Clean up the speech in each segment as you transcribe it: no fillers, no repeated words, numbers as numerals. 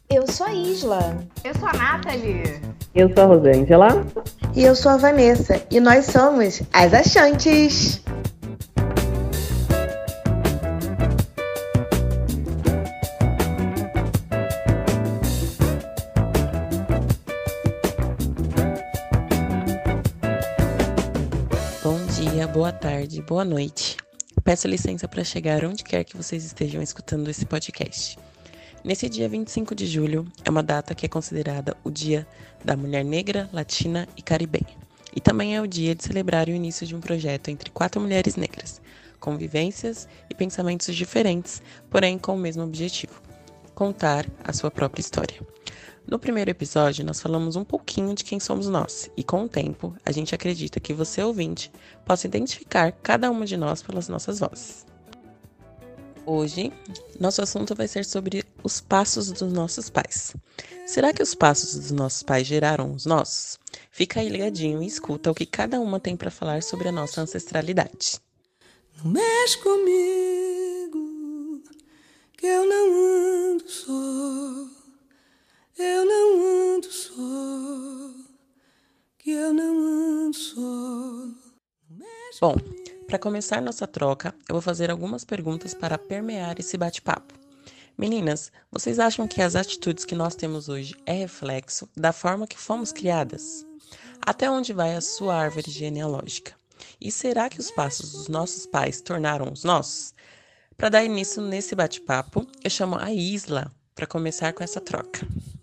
Eu sou a Isla. Eu sou a Nathalie. Eu sou a Rosângela. E eu sou a Vanessa. E nós somos as Achantes. Bom dia, boa tarde, boa noite. Peço licença para chegar onde quer que vocês estejam escutando esse podcast. Nesse dia 25 de julho, é uma data que é considerada o Dia da Mulher Negra, Latina e Caribenha. E também é o dia de celebrar o início de um projeto entre 4 mulheres negras, com vivências e pensamentos diferentes, porém com o mesmo objetivo: contar a sua própria história. No primeiro episódio, nós falamos um pouquinho de quem somos nós, e com o tempo, a gente acredita que você, ouvinte, possa identificar cada uma de nós pelas nossas vozes. Hoje, nosso assunto vai ser sobre os passos dos nossos pais. Será que os passos dos nossos pais geraram os nossos? Fica aí ligadinho e escuta o que cada uma tem para falar sobre a nossa ancestralidade. Não mexe comigo, que eu não ando só. Eu não ando só, que eu não ando só. Bom, para começar nossa troca, eu vou fazer algumas perguntas para permear esse bate-papo. Meninas, vocês acham que as atitudes que nós temos hoje é reflexo da forma que fomos criadas? Até onde vai a sua árvore genealógica? E será que os passos dos nossos pais tornaram os nossos? Para dar início nesse bate-papo, eu chamo a Isla para começar com essa troca.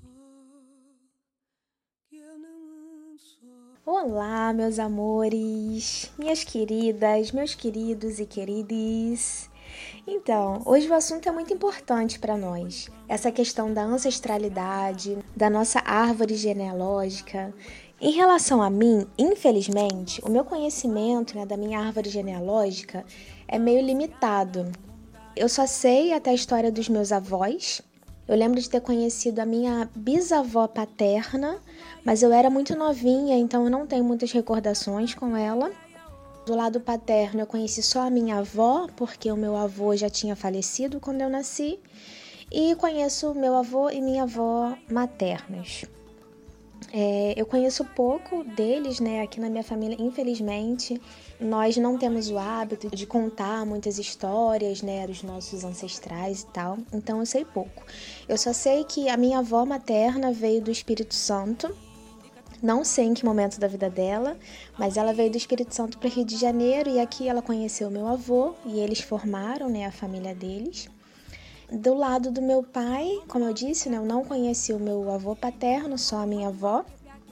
Olá, meus amores, minhas queridas, meus queridos e queridas. Então, hoje o assunto é muito importante para nós. Essa questão da ancestralidade, da nossa árvore genealógica. Em relação a mim, infelizmente, o meu conhecimento, da minha árvore genealógica é meio limitado. Eu só sei até a história dos meus avós. Eu lembro de ter conhecido a minha bisavó paterna, mas eu era muito novinha, então eu não tenho muitas recordações com ela. Do lado paterno, eu conheci só a minha avó, porque o meu avô já tinha falecido quando eu nasci. E conheço meu avô e minha avó maternos. Eu conheço pouco deles, aqui na minha família, infelizmente. Nós não temos o hábito de contar muitas histórias, dos nossos ancestrais e tal, então eu sei pouco. Eu só sei que a minha avó materna veio do Espírito Santo, não sei em que momento da vida dela, mas ela veio do Espírito Santo para o Rio de Janeiro e aqui ela conheceu meu avô e eles formaram, a família deles. Do lado do meu pai, como eu disse, eu não conheci o meu avô paterno, só a minha avó.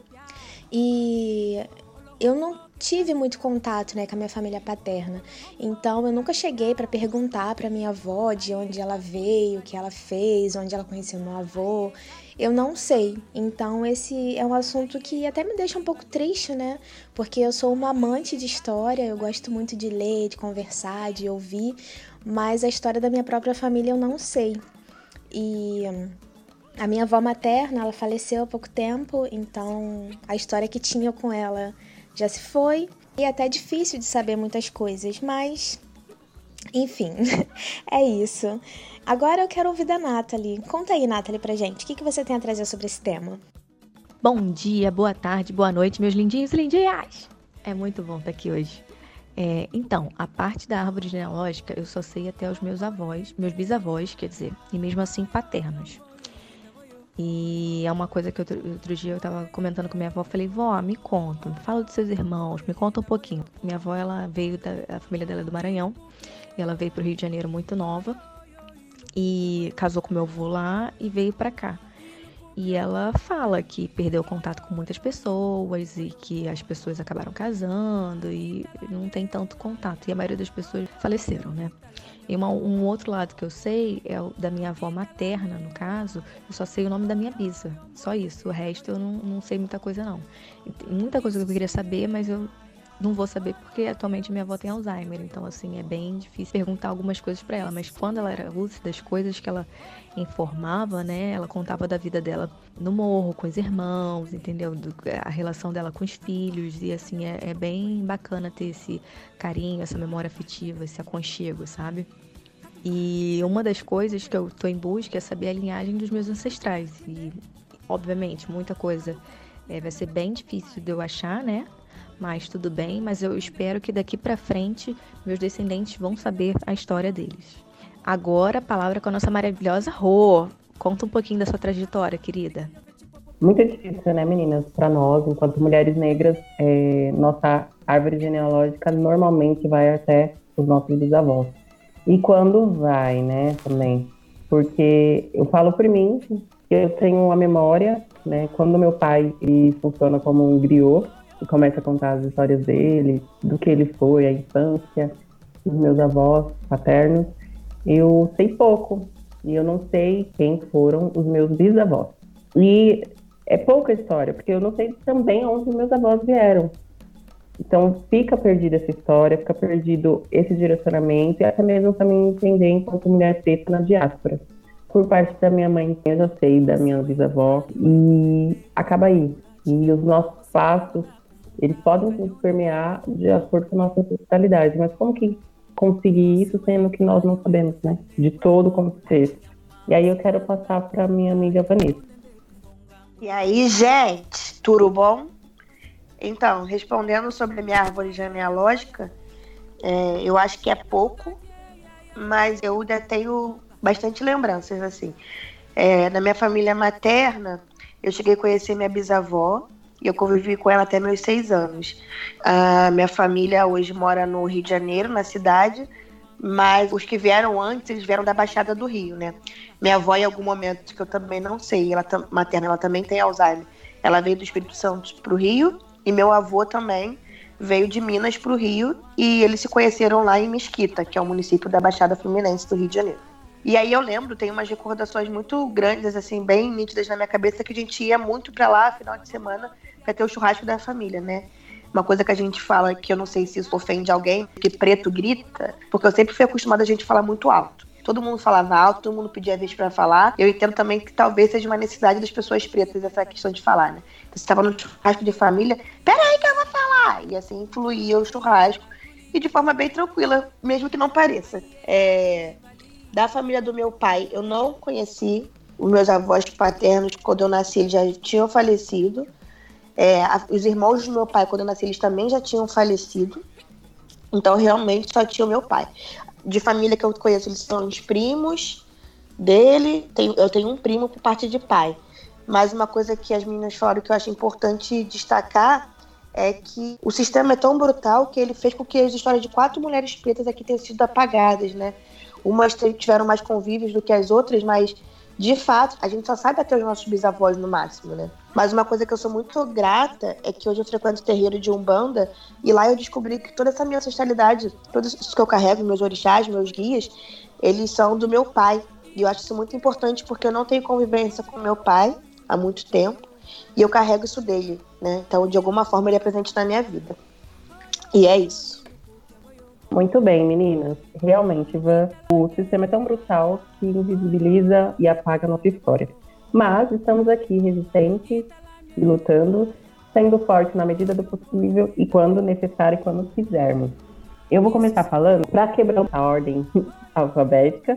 E eu não tive muito contato, com a minha família paterna. Então, eu nunca cheguei para perguntar para minha avó de onde ela veio, o que ela fez, onde ela conheceu meu avô. Eu não sei. Então, esse é um assunto que até me deixa um pouco triste, Porque eu sou uma amante de história, eu gosto muito de ler, de conversar, de ouvir, mas a história da minha própria família eu não sei. E a minha avó materna, ela faleceu há pouco tempo, então a história que tinha com ela já se foi. E é até difícil de saber muitas coisas, mas enfim, é isso. Agora eu quero ouvir da Nathalie. Conta aí, Nathalie, pra gente. O que você tem a trazer sobre esse tema? Bom dia, boa tarde, boa noite, meus lindinhos e lindinhas. É muito bom estar aqui hoje. Então, a parte da árvore genealógica eu só sei até os meus avós, meus bisavós, quer dizer, e mesmo assim paternos. E é uma coisa que outro dia eu tava comentando com minha avó, falei, vó, me conta, me fala dos seus irmãos, me conta um pouquinho. Minha avó, ela veio, a família dela é do Maranhão, e ela veio pro Rio de Janeiro muito nova, e casou com meu avô lá e veio pra cá. E ela fala que perdeu contato com muitas pessoas e que as pessoas acabaram casando e não tem tanto contato. E a maioria das pessoas faleceram, E um outro lado que eu sei é o da minha avó materna, no caso. Eu só sei o nome da minha bisa, só isso. O resto eu não sei muita coisa, não. Tem muita coisa que eu queria saber, mas eu não vou saber porque atualmente minha avó tem Alzheimer, então assim, é bem difícil perguntar algumas coisas pra ela, mas quando ela era lúcida, as coisas que ela informava, ela contava da vida dela no morro, com os irmãos, entendeu? A relação dela com os filhos, e assim, é bem bacana ter esse carinho, essa memória afetiva, esse aconchego, sabe? E uma das coisas que eu tô em busca é saber a linhagem dos meus ancestrais. E, obviamente, muita coisa vai ser bem difícil de eu achar, né? Mas tudo bem, mas eu espero que daqui pra frente meus descendentes vão saber a história deles. Agora, a palavra com a nossa maravilhosa Rô. Conta um pouquinho da sua trajetória, querida. Muito difícil, né, meninas? Para nós, enquanto mulheres negras, nossa árvore genealógica normalmente vai até os nossos bisavós. E quando vai, né, também. Porque eu falo por mim, que eu tenho a memória, né, quando meu pai ele funciona como um griot, e começa a contar as histórias dele, do que ele foi, a infância, dos meus avós paternos, eu sei pouco. E eu não sei quem foram os meus bisavós. E é pouca história, porque eu não sei também onde os meus avós vieram. Então fica perdida essa história, fica perdido esse direcionamento, e até mesmo para mim entender enquanto mulher preta na diáspora. Por parte da minha mãe, eu já sei, da minha bisavó, e acaba aí. E os nossos passos, eles podem se permear de acordo com a nossa ancestralidade, mas como que conseguir isso sendo que nós não sabemos, né? De todo o contexto. E aí eu quero passar para minha amiga Vanessa. E aí, gente, tudo bom? Então, respondendo sobre a minha árvore genealógica, eu acho que é pouco, mas eu ainda tenho bastante lembranças, assim. Na minha família materna, eu cheguei a conhecer minha bisavó, e eu convivi com ela até meus 6 anos. A minha família hoje mora no Rio de Janeiro, na cidade, mas os que vieram antes, eles vieram da Baixada do Rio, né? Minha avó, em algum momento, que eu também não sei, materna, ela também tem Alzheimer. Ela veio do Espírito Santo para o Rio, e meu avô também veio de Minas para o Rio, e eles se conheceram lá em Mesquita, que é um município da Baixada Fluminense do Rio de Janeiro. E aí eu lembro, tem umas recordações muito grandes, assim, bem nítidas na minha cabeça, que a gente ia muito para lá, final de semana, para ter o churrasco da família, né? Uma coisa que a gente fala, que eu não sei se isso ofende alguém, que preto grita, porque eu sempre fui acostumada a gente falar muito alto. Todo mundo falava alto, todo mundo pedia a vez para falar. Eu entendo também que talvez seja uma necessidade das pessoas pretas essa questão de falar, né? Então, você estava no churrasco de família, peraí que eu vou falar! E assim fluía o churrasco, e de forma bem tranquila, mesmo que não pareça. Da família do meu pai, eu não conheci os meus avós paternos. Quando eu nasci, eles já tinham falecido. Os irmãos do meu pai, quando eu nasci, eles também já tinham falecido. Então, realmente, só tinha o meu pai. De família que eu conheço, eles são os primos dele. Eu tenho um primo por parte de pai. Mas uma coisa que as meninas falaram que eu acho importante destacar é que o sistema é tão brutal que ele fez com que as histórias de 4 mulheres pretas aqui tenham sido apagadas, né? Umas tiveram mais convívios do que as outras, mas, de fato, a gente só sabe até os nossos bisavós no máximo, né? Mas uma coisa que eu sou muito grata é que hoje eu frequento o terreiro de Umbanda, e lá eu descobri que toda essa minha ancestralidade, tudo isso que eu carrego, meus orixás, meus guias, eles são do meu pai. E eu acho isso muito importante porque eu não tenho convivência com meu pai há muito tempo, e eu carrego isso dele, né? Então, de alguma forma, ele é presente na minha vida. E é isso. Muito bem, meninas. Realmente, Ivan, o sistema é tão brutal que invisibiliza e apaga a nossa história. Mas estamos aqui resistentes e lutando, sendo fortes na medida do possível e quando necessário e quando quisermos. Eu vou começar falando, para quebrar a ordem alfabética,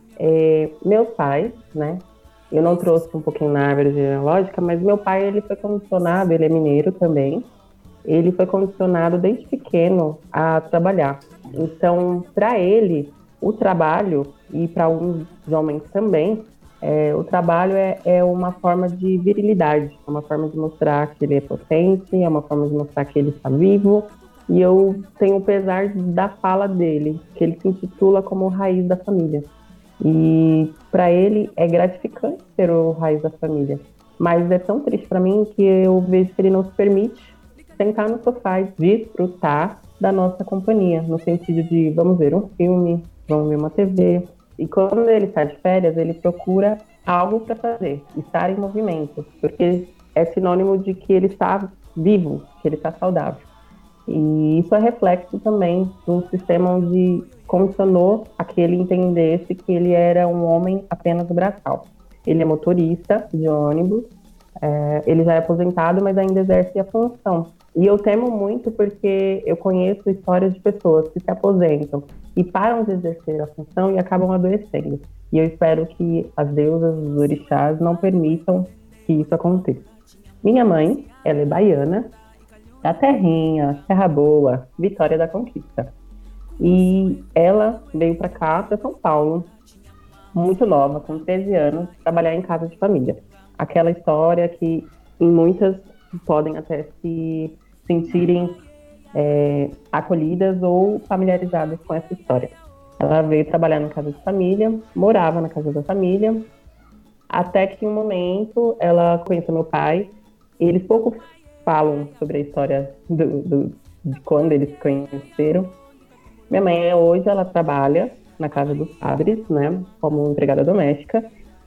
meus pais, né? Eu não trouxe um pouquinho na árvore genealógica, mas meu pai, ele foi condicionado, ele é mineiro também, ele foi condicionado desde pequeno a trabalhar. Então, para ele, o trabalho, e para alguns homens também, o trabalho é uma forma de virilidade, é uma forma de mostrar que ele é potente, é uma forma de mostrar que ele está vivo. E eu tenho o pesar da fala dele, que ele se intitula como raiz da família. E para ele é gratificante ser o raiz da família. Mas é tão triste para mim que eu vejo que ele não se permite sentar no sofá e desfrutar da nossa companhia, no sentido de vamos ver um filme, vamos ver uma TV. E quando ele está de férias, ele procura algo para fazer, estar em movimento, porque é sinônimo de que ele está vivo, que ele está saudável. E isso é reflexo também de um sistema onde condicionou a que ele entendesse que ele era um homem apenas braçal. Ele é motorista de ônibus, ele já é aposentado, mas ainda exerce a função. E eu temo muito porque eu conheço histórias de pessoas que se aposentam e param de exercer a função e acabam adoecendo. E eu espero que as deusas, os orixás, não permitam que isso aconteça. Minha mãe, ela é baiana, da Terrinha, Terra Boa, Vitória da Conquista. E ela veio para cá, para São Paulo, muito nova, com 13 anos, trabalhar em casa de família. Aquela história que em muitas podem até se sentirem acolhidas ou familiarizadas com essa história. Ela veio trabalhar na casa de família, morava na casa da família, até que em um momento ela conheceu meu pai. Eles pouco falam sobre a história de quando eles se conheceram. Minha mãe hoje ela trabalha na casa dos padres, né, como empregada doméstica,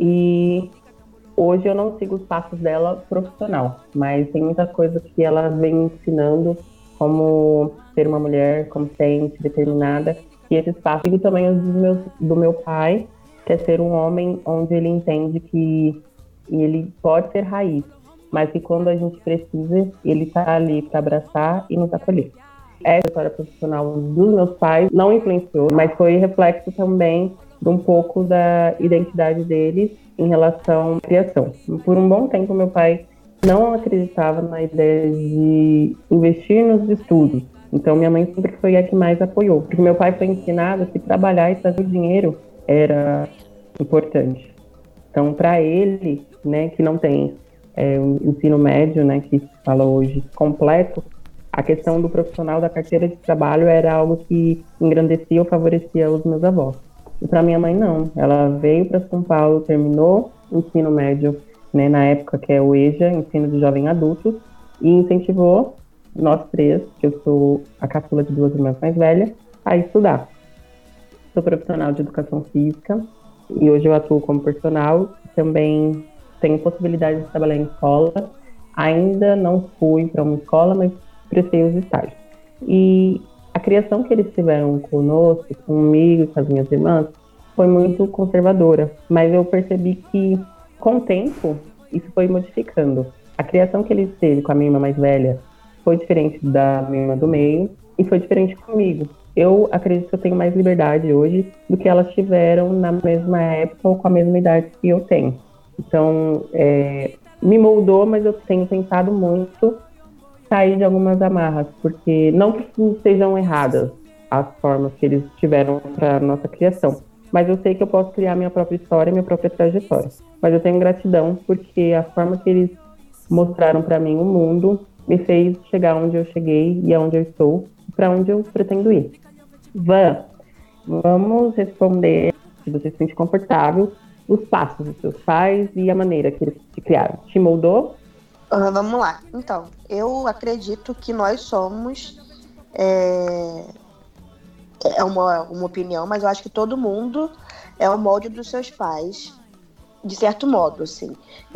e hoje eu não sigo os passos dela profissional, mas tem muita coisa que ela vem me ensinando, como ser uma mulher consciente, determinada, e esses passos. Sigo também os do meu pai, que é ser um homem onde ele entende que ele pode ser raiz, mas que quando a gente precisa, ele está ali para abraçar e nos acolher. Essa história profissional dos meus pais não influenciou, mas foi reflexo também de um pouco da identidade deles em relação à criação. Por um bom tempo, meu pai não acreditava na ideia de investir nos estudos. Então, minha mãe sempre foi a que mais apoiou. Porque meu pai foi ensinado que trabalhar e fazer dinheiro era importante. Então, para ele, né, que não tem o ensino médio, né, que se fala hoje, completo, a questão do profissional da carteira de trabalho era algo que engrandecia ou favorecia os meus avós. E para minha mãe, não. Ela veio para São Paulo, terminou o ensino médio, né, na época que é o EJA, Ensino de Jovem Adulto, e incentivou nós três, que eu sou a caçula de 2 irmãs mais velhas, a estudar. Sou profissional de educação física e hoje eu atuo como personal. Também tenho possibilidade de trabalhar em escola. Ainda não fui para uma escola, mas prestei os estágios. E a criação que eles tiveram conosco, comigo e com as minhas irmãs, foi muito conservadora. Mas eu percebi que, com o tempo, isso foi modificando. A criação que eles teve com a minha irmã mais velha foi diferente da minha irmã do meio e foi diferente comigo. Eu acredito que eu tenho mais liberdade hoje do que elas tiveram na mesma época ou com a mesma idade que eu tenho. Então, me moldou, mas eu tenho pensado muito sair de algumas amarras, porque não que sejam erradas as formas que eles tiveram para nossa criação, mas eu sei que eu posso criar minha própria história, minha própria trajetória. Mas eu tenho gratidão porque a forma que eles mostraram para mim o mundo me fez chegar onde eu cheguei e aonde eu estou, para onde eu pretendo ir. Vamos responder, se você se sente confortável, os passos dos seus pais e a maneira que eles te criaram. Te moldou? Vamos lá. Então, eu acredito que nós somos... É uma opinião, mas eu acho que todo mundo é o molde dos seus pais, de certo modo, assim.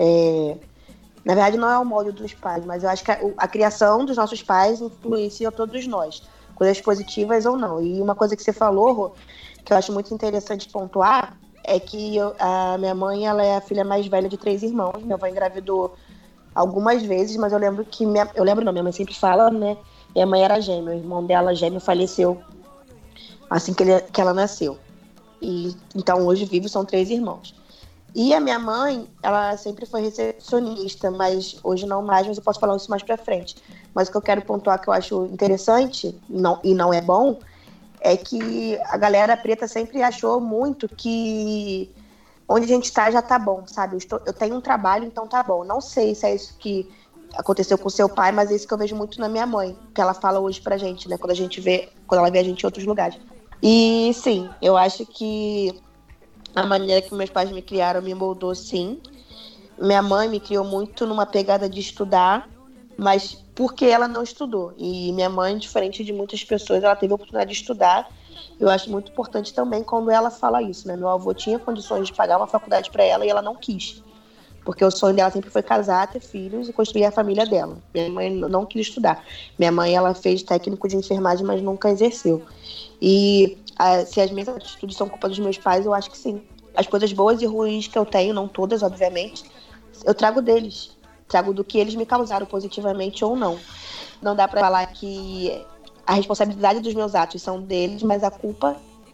Na verdade, não é o molde dos pais, mas eu acho que a criação dos nossos pais influencia todos nós, coisas positivas ou não. E uma coisa que você falou, Rô, que eu acho muito interessante pontuar, é que a minha mãe, ela é a filha mais velha de 3 irmãos. Minha avó engravidou algumas vezes, mas eu lembro que... minha mãe sempre fala, né? Minha mãe era gêmea, o irmão dela, gêmeo, faleceu assim que ela nasceu. E então hoje vivo, são 3 irmãos. E a minha mãe, ela sempre foi recepcionista, mas hoje não mais, mas eu posso falar isso mais pra frente. Mas o que eu quero pontuar, que eu acho interessante, e não é bom, é que a galera preta sempre achou muito que onde a gente tá já tá bom, sabe? Eu tenho um trabalho, então tá bom. Não sei se é isso que aconteceu com seu pai, mas é isso que eu vejo muito na minha mãe, que ela fala hoje pra gente, né? Quando ela vê a gente em outros lugares. E sim, eu acho que a maneira que meus pais me criaram me moldou, sim. Minha mãe me criou muito numa pegada de estudar, mas porque ela não estudou. E minha mãe, diferente de muitas pessoas, ela teve a oportunidade de estudar. Eu acho muito importante também quando ela fala isso, né? Meu avô tinha condições de pagar uma faculdade para ela e ela não quis. Porque o sonho dela sempre foi casar, ter filhos e construir a família dela. Minha mãe não quis estudar. Minha mãe, ela fez técnico de enfermagem, mas nunca exerceu. E se as minhas atitudes são culpa dos meus pais, eu acho que sim. As coisas boas e ruins que eu tenho, não todas, obviamente, eu trago deles. Trago do que eles me causaram, positivamente ou não. Não dá pra falar que a responsabilidade dos meus atos são deles, mas a culpa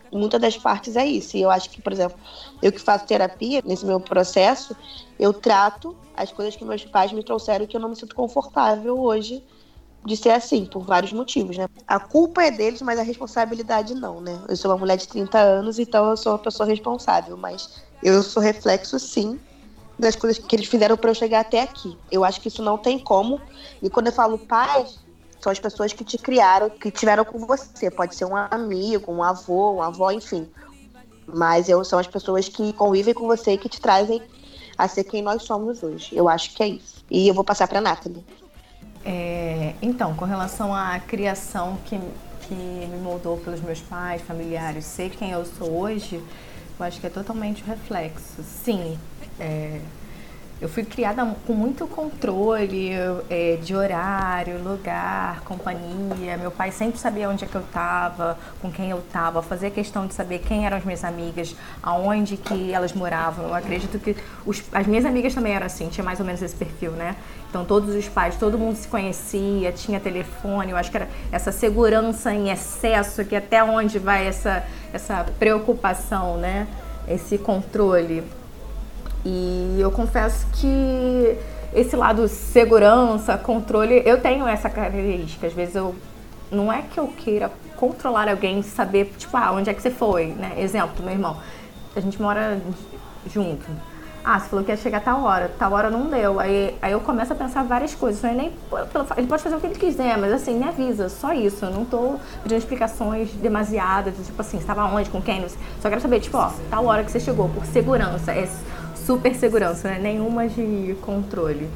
muitas das partes é isso. E eu acho que, por exemplo, eu que faço terapia, nesse meu processo, eu trato as coisas que meus pais me trouxeram e que eu não me sinto confortável hoje de ser assim, por vários motivos, né? A culpa é deles, mas a responsabilidade não, né? Eu sou uma mulher de 30 anos, então eu sou uma pessoa responsável, mas eu sou reflexo, sim, das coisas que eles fizeram para eu chegar até aqui. Eu acho que isso não tem como. E quando eu falo pais, são as pessoas que te criaram, que tiveram com você. Pode ser um amigo, um avô, uma avó, enfim. Mas são as pessoas que convivem com você e que te trazem a ser quem nós somos hoje. Eu acho que é isso. E eu vou passar para a Nathalie. Então, com relação à criação que me moldou pelos meus pais, familiares, ser quem eu sou hoje, eu acho que é totalmente o reflexo. Sim, eu fui criada com muito controle de horário, lugar, companhia. Meu pai sempre sabia onde é que eu estava, com quem eu estava, fazia questão de saber quem eram as minhas amigas, aonde que elas moravam. Eu acredito que as minhas amigas também eram assim, tinha mais ou menos esse perfil, né? Então todos os pais, todo mundo se conhecia, tinha telefone. Eu acho que era essa segurança em excesso, que até onde vai essa preocupação, né? Esse controle. E eu confesso que esse lado segurança, controle, eu tenho essa característica. Às vezes não é que eu queira controlar alguém, saber, tipo, onde é que você foi, né? Exemplo, meu irmão, a gente mora junto. Você falou que ia chegar tal hora não deu. Aí eu começo a pensar várias coisas. Não é nem ele pode fazer o que ele quiser, mas assim, me avisa, só isso. Eu não tô pedindo explicações demasiadas, tipo assim, você estava onde, com quem, só quero saber, tipo, tal hora que você chegou, por segurança. Super segurança, né? Nenhuma de controle.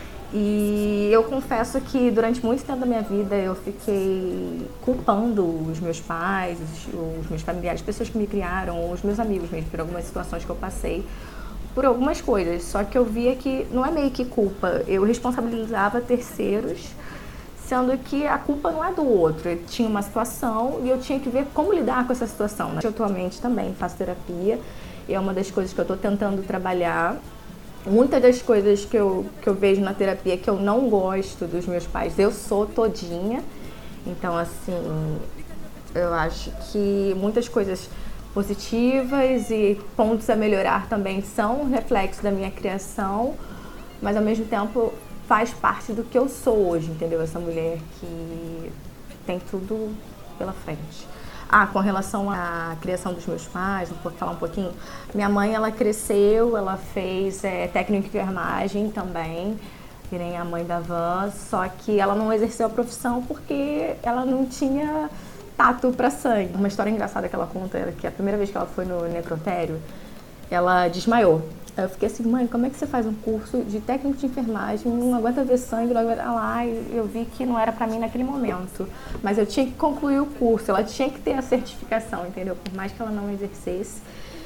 E eu confesso que durante muito tempo da minha vida eu fiquei culpando os meus pais, os meus familiares, pessoas que me criaram, os meus amigos mesmo, por algumas situações que eu passei, por algumas coisas. Só que eu via que não é meio que culpa, eu responsabilizava terceiros, sendo que a culpa não é do outro. Eu tinha uma situação e eu tinha que ver como lidar com essa situação, né? Eu atualmente também faço terapia. E é uma das coisas que eu estou tentando trabalhar. Muitas das coisas que eu vejo na terapia que eu não gosto dos meus pais, eu sou todinha. Então, assim, eu acho que muitas coisas positivas e pontos a melhorar também são um reflexo da minha criação, mas ao mesmo tempo faz parte do que eu sou hoje, entendeu? Essa mulher que tem tudo pela frente. Com relação à criação dos meus pais, vou falar um pouquinho. Minha mãe, ela cresceu, ela fez técnico de enfermagem também, que nem a mãe da Van, só que ela não exerceu a profissão porque ela não tinha tato para sangue. Uma história engraçada que ela conta é que a primeira vez que ela foi no necrotério, ela desmaiou. Eu fiquei assim, mãe, como é que você faz um curso de técnico de enfermagem, não aguenta ver sangue, não aguenta lá, e eu vi que não era pra mim naquele momento. Mas eu tinha que concluir o curso, ela tinha que ter a certificação, entendeu? Por mais que ela não exercesse.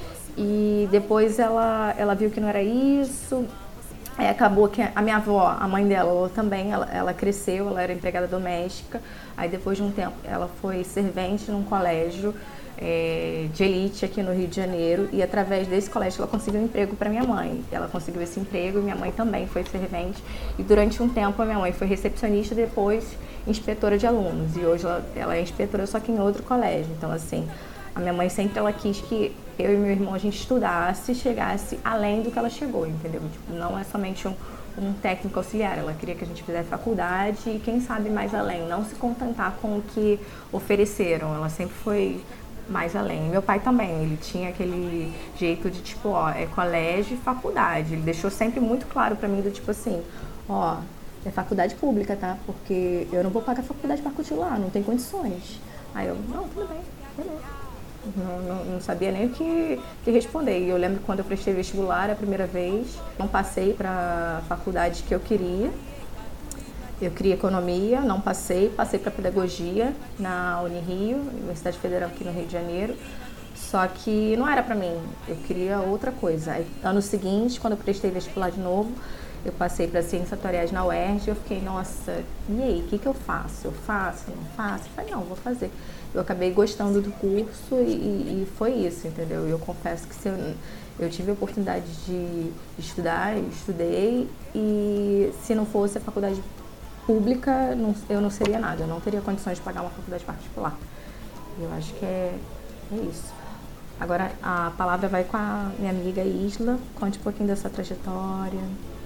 E depois ela viu que não era isso. Aí acabou que a minha avó, a mãe dela, ela também, ela cresceu, ela era empregada doméstica. Aí depois de um tempo ela foi servente num colégio de elite aqui no Rio de Janeiro, e através desse colégio ela conseguiu um emprego para minha mãe. Ela conseguiu esse emprego e minha mãe também foi servente, e durante um tempo a minha mãe foi recepcionista, depois inspetora de alunos, e hoje ela é inspetora só que em outro colégio. Então assim, a minha mãe sempre ela quis que eu e meu irmão a gente estudasse e chegasse além do que ela chegou, entendeu? Tipo, não é somente um técnico auxiliar, ela queria que a gente fizesse faculdade e quem sabe mais além, não se contentar com o que ofereceram. Ela sempre foi mais além. Meu pai também, ele tinha aquele jeito de tipo, colégio e faculdade. Ele deixou sempre muito claro pra mim do tipo assim, é faculdade pública, tá? Porque eu não vou pagar faculdade particular, não tem condições. Aí eu, não, tudo bem, beleza. Não sabia nem o que responder. E eu lembro quando eu prestei vestibular a primeira vez, não passei pra faculdade que eu queria. Eu queria economia, não passei para pedagogia na Unirio, Universidade Federal aqui no Rio de Janeiro, só que não era para mim, eu queria outra coisa. Aí, ano seguinte, quando eu prestei vestibular de novo, eu passei para Ciências Atuariais na UERJ e eu fiquei, nossa, e aí, o que eu faço? Eu faço, não faço? Eu falei, não, vou fazer. Eu acabei gostando do curso e foi isso, entendeu? E eu confesso que eu tive a oportunidade de estudar, eu estudei, e se não fosse a faculdade pública, eu não seria nada, eu não teria condições de pagar uma faculdade particular. Eu acho que é isso. Agora a palavra vai com a minha amiga Isla. Conte um pouquinho da sua trajetória.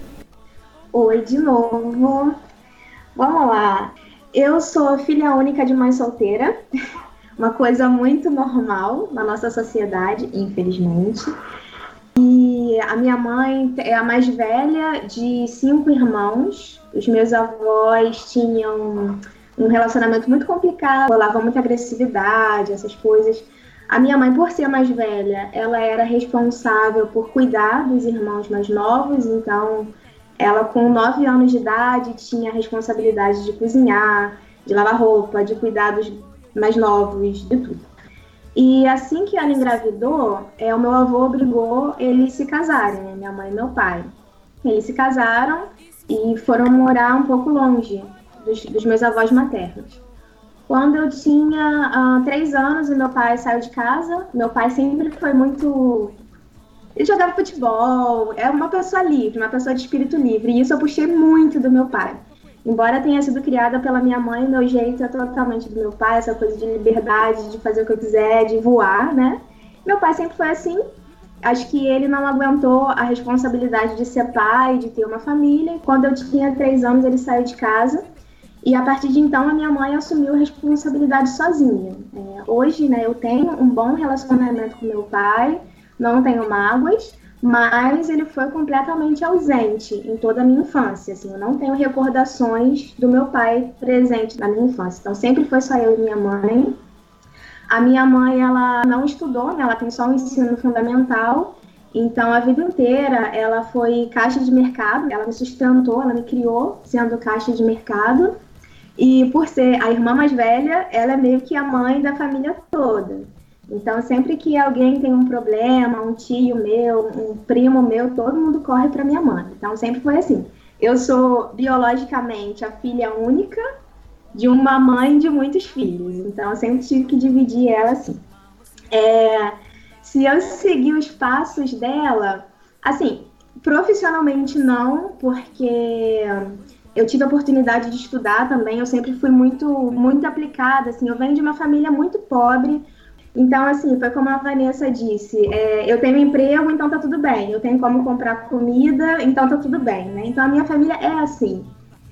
Oi, de novo. Vamos lá. Eu sou filha única de mãe solteira, uma coisa muito normal na nossa sociedade, infelizmente. E a minha mãe é a mais velha de 5 irmãos. Os meus avós tinham um relacionamento muito complicado, rolava muita agressividade, essas coisas. A minha mãe, por ser mais velha, ela era responsável por cuidar dos irmãos mais novos, então ela, com 9 anos de idade, tinha a responsabilidade de cozinhar, de lavar roupa, de cuidar dos mais novos, de tudo. E assim que ela engravidou, o meu avô obrigou eles se casarem, né? Minha mãe e meu pai. Eles se casaram e foram morar um pouco longe dos meus avós maternos. Quando eu tinha 3 anos, o meu pai saiu de casa. Meu pai sempre foi muito... Ele jogava futebol, é uma pessoa livre, uma pessoa de espírito livre. E isso eu puxei muito do meu pai. Embora tenha sido criada pela minha mãe, meu jeito é totalmente do meu pai, essa coisa de liberdade, de fazer o que eu quiser, de voar, né? Meu pai sempre foi assim. Acho que ele não aguentou a responsabilidade de ser pai, de ter uma família. Quando eu tinha 3 anos, ele saiu de casa. E a partir de então, a minha mãe assumiu a responsabilidade sozinha. Hoje, né, eu tenho um bom relacionamento com meu pai, não tenho mágoas, mas ele foi completamente ausente em toda a minha infância. Assim, eu não tenho recordações do meu pai presente na minha infância. Então, sempre foi só eu e minha mãe. A minha mãe, ela não estudou, né? Ela tem só um ensino fundamental. Então, a vida inteira, ela foi caixa de mercado. Ela me sustentou, ela me criou sendo caixa de mercado. E por ser a irmã mais velha, ela é meio que a mãe da família toda. Então, sempre que alguém tem um problema, um tio meu, um primo meu, todo mundo corre para minha mãe. Então, sempre foi assim. Eu sou, biologicamente, a filha única de uma mãe de muitos filhos. Então, eu sempre tive que dividir ela assim. Se eu seguir os passos dela, assim, profissionalmente não, porque eu tive a oportunidade de estudar também. Eu sempre fui muito, muito aplicada, assim. Eu venho de uma família muito pobre. Então, assim, foi como a Vanessa disse, eu tenho emprego, então tá tudo bem. Eu tenho como comprar comida, então tá tudo bem, né? Então, a minha família é assim.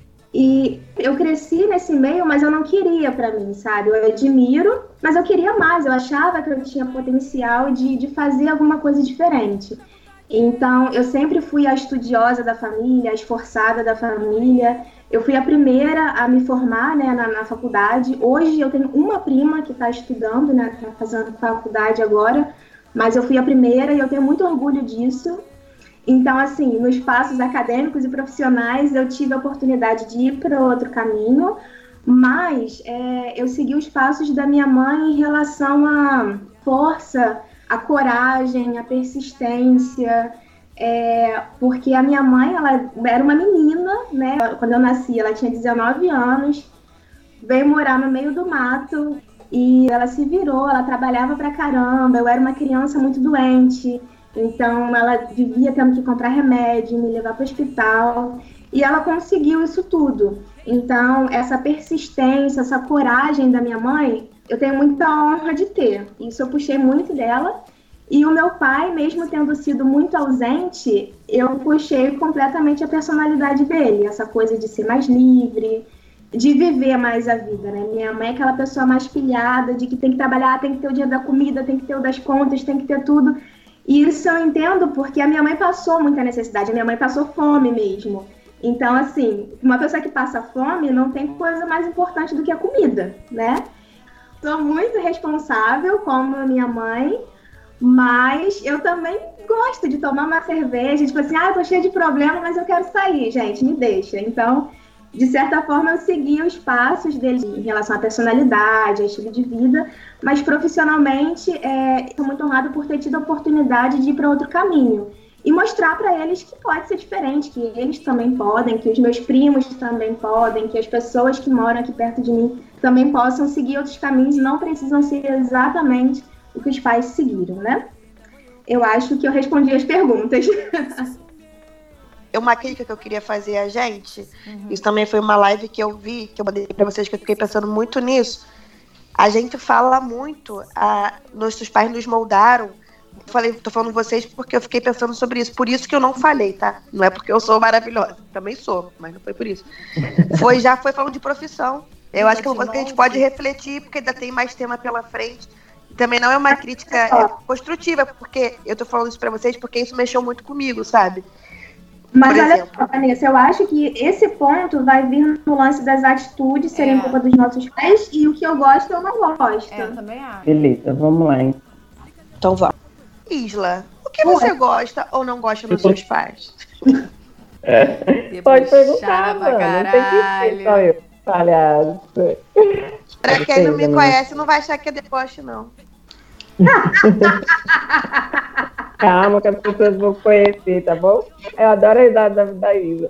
E eu cresci nesse meio, mas eu não queria pra mim, sabe? Eu admiro, mas eu queria mais. Eu achava que eu tinha potencial de fazer alguma coisa diferente. Então, eu sempre fui a estudiosa da família, a esforçada da família. Eu fui a primeira a me formar, né, na faculdade. Hoje eu tenho uma prima que está estudando, né, está fazendo faculdade agora, mas eu fui a primeira e eu tenho muito orgulho disso. Então, assim, nos passos acadêmicos e profissionais, eu tive a oportunidade de ir para outro caminho, mas eu segui os passos da minha mãe em relação à força, à coragem, à persistência. Porque a minha mãe, ela era uma menina, né? Quando eu nasci, ela tinha 19 anos, veio morar no meio do mato e ela se virou, ela trabalhava pra caramba. Eu era uma criança muito doente, então ela vivia tendo que comprar remédio, me levar para o hospital, e ela conseguiu isso tudo. Então, essa persistência, essa coragem da minha mãe, eu tenho muita honra de ter. Isso eu puxei muito dela. E o meu pai, mesmo tendo sido muito ausente, eu puxei completamente a personalidade dele. Essa coisa de ser mais livre, de viver mais a vida, né? Minha mãe é aquela pessoa mais pilhada, de que tem que trabalhar, tem que ter o dia da comida, tem que ter o das contas, tem que ter tudo. E isso eu entendo porque a minha mãe passou muita necessidade, a minha mãe passou fome mesmo. Então, assim, uma pessoa que passa fome não tem coisa mais importante do que a comida, né? Sou muito responsável como a minha mãe, mas eu também gosto de tomar uma cerveja, tipo assim, eu tô cheia de problema, mas eu quero sair, gente, me deixa. Então, de certa forma, eu segui os passos dele em relação à personalidade, ao estilo de vida, mas profissionalmente, estou muito honrada por ter tido a oportunidade de ir para outro caminho e mostrar para eles que pode ser diferente, que eles também podem, que os meus primos também podem, que as pessoas que moram aqui perto de mim também possam seguir outros caminhos e não precisam ser exatamente o que os pais seguiram, né? Eu acho que eu respondi as perguntas. Uma crítica que eu queria fazer a gente, isso também foi uma live que eu vi, que eu mandei pra vocês, que eu fiquei pensando muito nisso, a gente fala muito, nossos pais nos moldaram. Tô falando vocês porque eu fiquei pensando sobre isso. Por isso que eu não falei, tá? Não é porque eu sou maravilhosa. Também sou, mas não foi por isso. Já foi falando de profissão. Eu acho que é uma coisa que a gente pode refletir, porque ainda tem mais tema pela frente. Também não é uma crítica construtiva, porque eu tô falando isso pra vocês porque isso mexeu muito comigo, sabe? Mas olha só, Vanessa, eu acho que esse ponto vai vir no lance das atitudes serem culpa dos nossos pais e o que eu gosto eu não gosto. Eu também acho. Beleza, vamos lá. Então vamos. Isla, o que você gosta ou não gosta dos seus pais? Pode perguntar, mano. Não tem que ser só eu, palhaço. Pra quem não me conhece, não vai achar que é deboche, não. Calma que as pessoas vão conhecer, tá bom? Eu adoro a risada da Isa.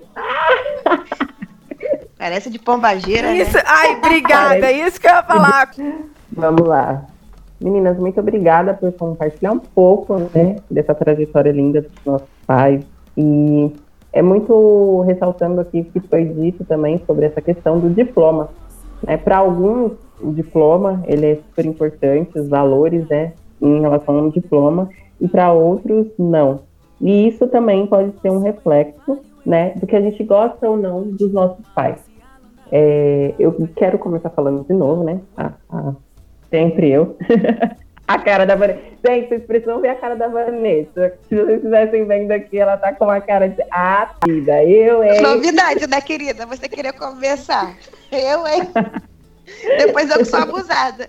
Parece de pombageira, isso, né? Ai, obrigada, é isso que eu ia falar. Vamos lá. Meninas, muito obrigada por compartilhar um pouco, né, dessa trajetória linda dos nossos pais. E é muito ressaltando aqui que foi dito também sobre essa questão do diploma. Né? Para alguns, o diploma ele é super importante, os valores, né, em relação ao diploma, e para outros, não. E isso também pode ser um reflexo, né, do que a gente gosta ou não dos nossos pais. Eu quero começar falando de novo, né? Sempre eu. A cara da Vanessa. Gente, vocês precisam ver a cara da Vanessa. Se vocês estivessem vendo aqui, ela tá com uma cara de vida. Novidade, né, querida? Você queria conversar. Eu, hein? Depois eu que sou abusada.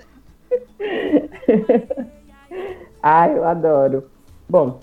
Ai, eu adoro. Bom,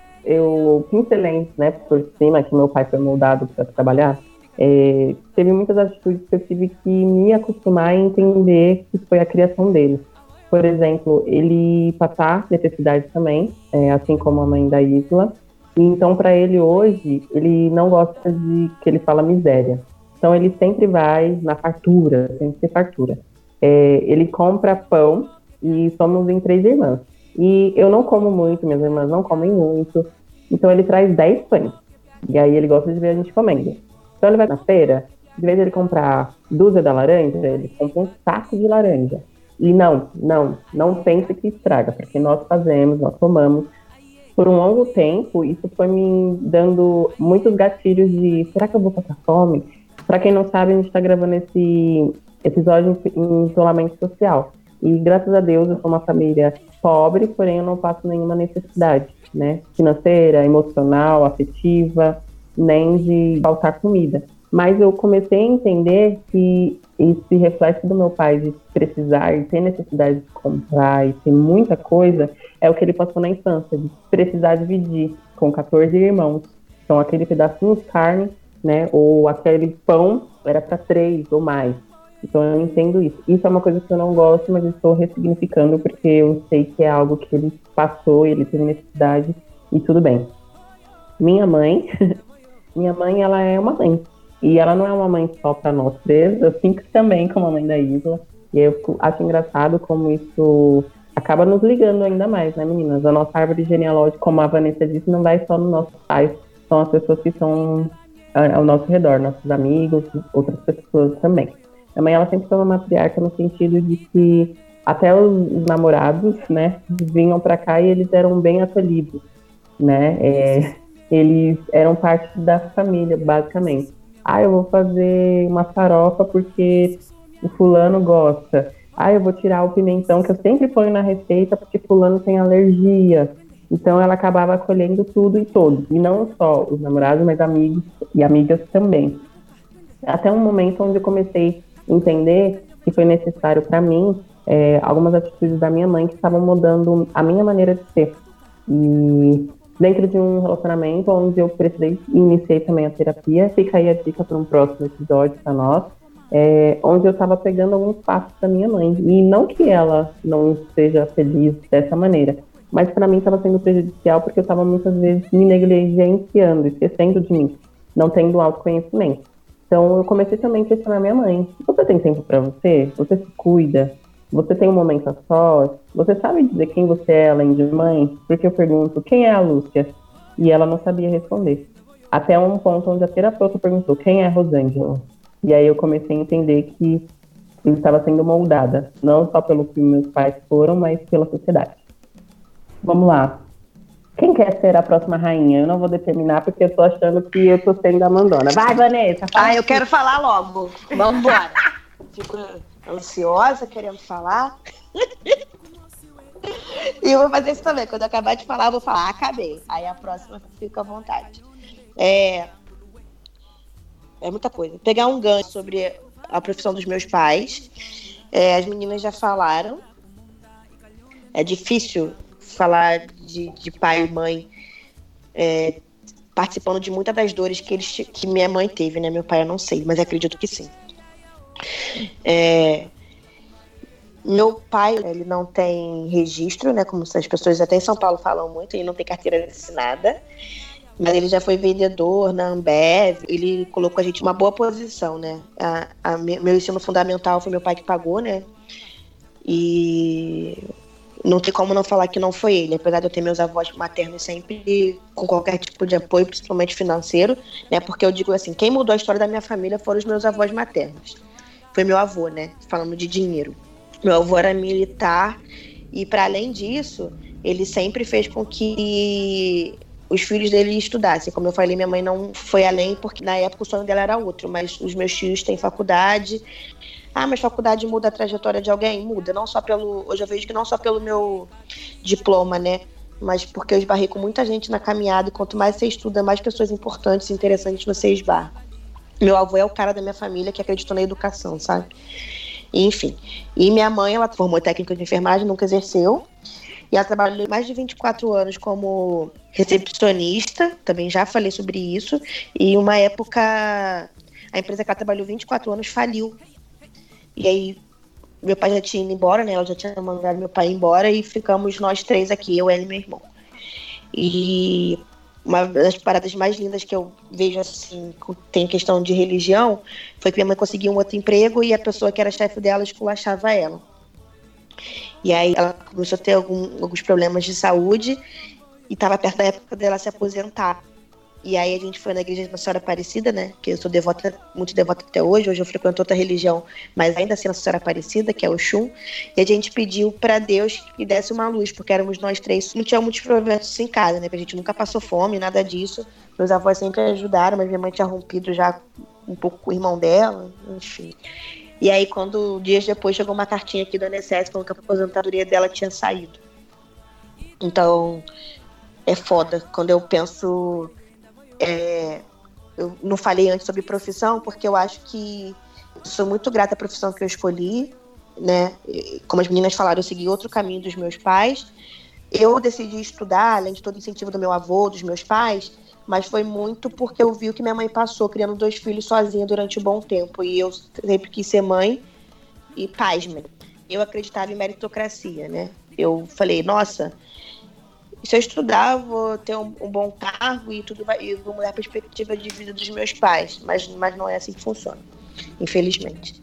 eu pincelei, né, por cima que meu pai foi moldado para trabalhar. Teve muitas atitudes que eu tive que me acostumar e entender que foi a criação dele. Por exemplo, ele passar necessidade também, assim como a mãe da Isla. E então, para ele hoje, ele não gosta de que ele fala miséria. Então, ele sempre vai na fartura, tem que ter fartura. Ele compra pão e somos em 3 irmãs. E eu não como muito, minhas irmãs não comem muito. Então, ele traz 10 pães. E aí, ele gosta de ver a gente comendo. Então, ele vai na feira, de vez de ele comprar dúzia da laranja, ele compra um saco de laranja. E não pense que estraga, porque nós fazemos, nós tomamos. Por um longo tempo, isso foi me dando muitos gatilhos de, será que eu vou passar fome? Para quem não sabe, a gente está gravando esse episódio em isolamento social. E graças a Deus, eu sou uma família pobre, porém eu não passo nenhuma necessidade, né? Financeira, emocional, afetiva, nem de faltar comida. Mas eu comecei a entender que esse reflexo do meu pai de precisar e ter necessidade de comprar e ter muita coisa é o que ele passou na infância, de precisar dividir com 14 irmãos. Então, aquele pedacinho de carne, né, ou aquele pão era para 3 ou mais. Então, eu entendo isso. Isso é uma coisa que eu não gosto, mas eu estou ressignificando porque eu sei que é algo que ele passou, ele teve necessidade e tudo bem. Minha mãe, ela é uma mãe. E ela não é uma mãe só para nós três, assim que também como a mãe da Isla. E eu acho engraçado como isso acaba nos ligando ainda mais, né, meninas? A nossa árvore genealógica, como a Vanessa disse, não vai só nos nossos pais, são as pessoas que estão ao nosso redor, nossos amigos, outras pessoas também. A mãe, ela sempre foi uma matriarca no sentido de que até os namorados, né, vinham para cá e eles eram bem acolhidos, né? Eles eram parte da família, basicamente. Eu vou fazer uma farofa porque o fulano gosta. Eu vou tirar o pimentão que eu sempre ponho na receita porque fulano tem alergia. Então ela acabava acolhendo tudo e todos. E não só os namorados, mas amigos e amigas também. Até um momento onde eu comecei a entender que foi necessário para mim algumas atitudes da minha mãe que estavam mudando a minha maneira de ser. E dentro de um relacionamento onde eu precisei e iniciei também a terapia, fica aí a dica para um próximo episódio para nós, onde eu estava pegando alguns passos da minha mãe. E não que ela não seja feliz dessa maneira, mas para mim estava sendo prejudicial porque eu estava muitas vezes me negligenciando, esquecendo de mim, não tendo autoconhecimento. Então eu comecei também a questionar minha mãe. Você tem tempo para você? Você se cuida? Você tem um momento a sós? Você sabe dizer quem você é além de mãe? Porque eu pergunto, quem é a Lúcia? E ela não sabia responder. Até um ponto onde a terapeuta perguntou, quem é a Rosângela? E aí eu comecei a entender que eu estava sendo moldada, não só pelo que meus pais foram, mas pela sociedade. Vamos lá. Quem quer ser a próxima rainha? Eu não vou determinar, porque eu tô achando que eu tô sendo a mandona. Vai, Vanessa! Ah, eu quero falar logo. Vamos embora. Fico ansiosa, querendo falar. E eu vou fazer isso também. Quando eu acabar de falar, eu vou falar, acabei. Aí a próxima fica à vontade. É muita coisa. Pegar um gancho sobre a profissão dos meus pais. As meninas já falaram. É difícil falar de pai e mãe participando de muitas das dores que minha mãe teve, né? Meu pai eu não sei, mas acredito que sim. Meu pai, ele não tem registro, né? Como as pessoas até em São Paulo falam muito, ele não tem carteira assinada. Mas ele já foi vendedor na Ambev, ele colocou a gente em uma boa posição, né? Meu ensino fundamental foi meu pai que pagou, né? E não tem como não falar que não foi ele, apesar de eu ter meus avós maternos sempre com qualquer tipo de apoio, principalmente financeiro, né? Porque eu digo assim, quem mudou a história da minha família foram os meus avós maternos. Foi meu avô, né? Falando de dinheiro. Meu avô era militar e, para além disso, ele sempre fez com que os filhos dele estudassem. Como eu falei, minha mãe não foi além, porque na época o sonho dela era outro, mas os meus tios têm faculdade. Ah, mas faculdade muda a trajetória de alguém? Muda, não só pelo... Hoje eu vejo que não só pelo meu diploma, né? Mas porque eu esbarrei com muita gente na caminhada, e quanto mais você estuda, mais pessoas importantes e interessantes você esbarra. Meu avô é o cara da minha família que acreditou na educação, sabe? Enfim. E minha mãe, ela formou técnica de enfermagem, nunca exerceu. E ela trabalhou mais de 24 anos como recepcionista, também já falei sobre isso. E uma época, a empresa que ela trabalhou 24 anos faliu. E aí, meu pai já tinha ido embora, né? Ela já tinha mandado meu pai embora e ficamos nós três aqui, eu, ela e meu irmão. E uma das paradas mais lindas que eu vejo, assim, tem questão de religião, foi que minha mãe conseguiu um outro emprego e a pessoa que era chefe dela esculachava ela. E aí ela começou a ter alguns problemas de saúde e estava perto da época dela se aposentar. E aí a gente foi na igreja de Nossa Senhora Aparecida, né? Que eu sou devota, muito devota até hoje. Hoje eu frequento outra religião, mas ainda assim Nossa Senhora Aparecida, que é o Oxum. E a gente pediu para Deus que desse uma luz, porque éramos nós três. Não tinha muitos problemas em casa, né? Porque a gente nunca passou fome, nada disso. Meus avós sempre ajudaram, mas minha mãe tinha rompido já um pouco com o irmão dela, enfim. E aí, quando dias depois chegou uma cartinha aqui do INSS falando que a aposentadoria dela tinha saído. Então, é foda. Quando eu penso... eu não falei antes sobre profissão, porque eu acho que sou muito grata à profissão que eu escolhi, né? Como as meninas falaram, eu segui outro caminho dos meus pais. Eu decidi estudar, além de todo o incentivo do meu avô, dos meus pais, mas foi muito porque eu vi o que minha mãe passou, criando 2 filhos sozinha durante um bom tempo. E eu sempre quis ser mãe e pasme. Eu acreditava em meritocracia, né? Eu falei, nossa, se eu estudar, eu vou ter um bom cargo e e vou mudar a perspectiva de vida dos meus pais. Mas não é assim que funciona, infelizmente.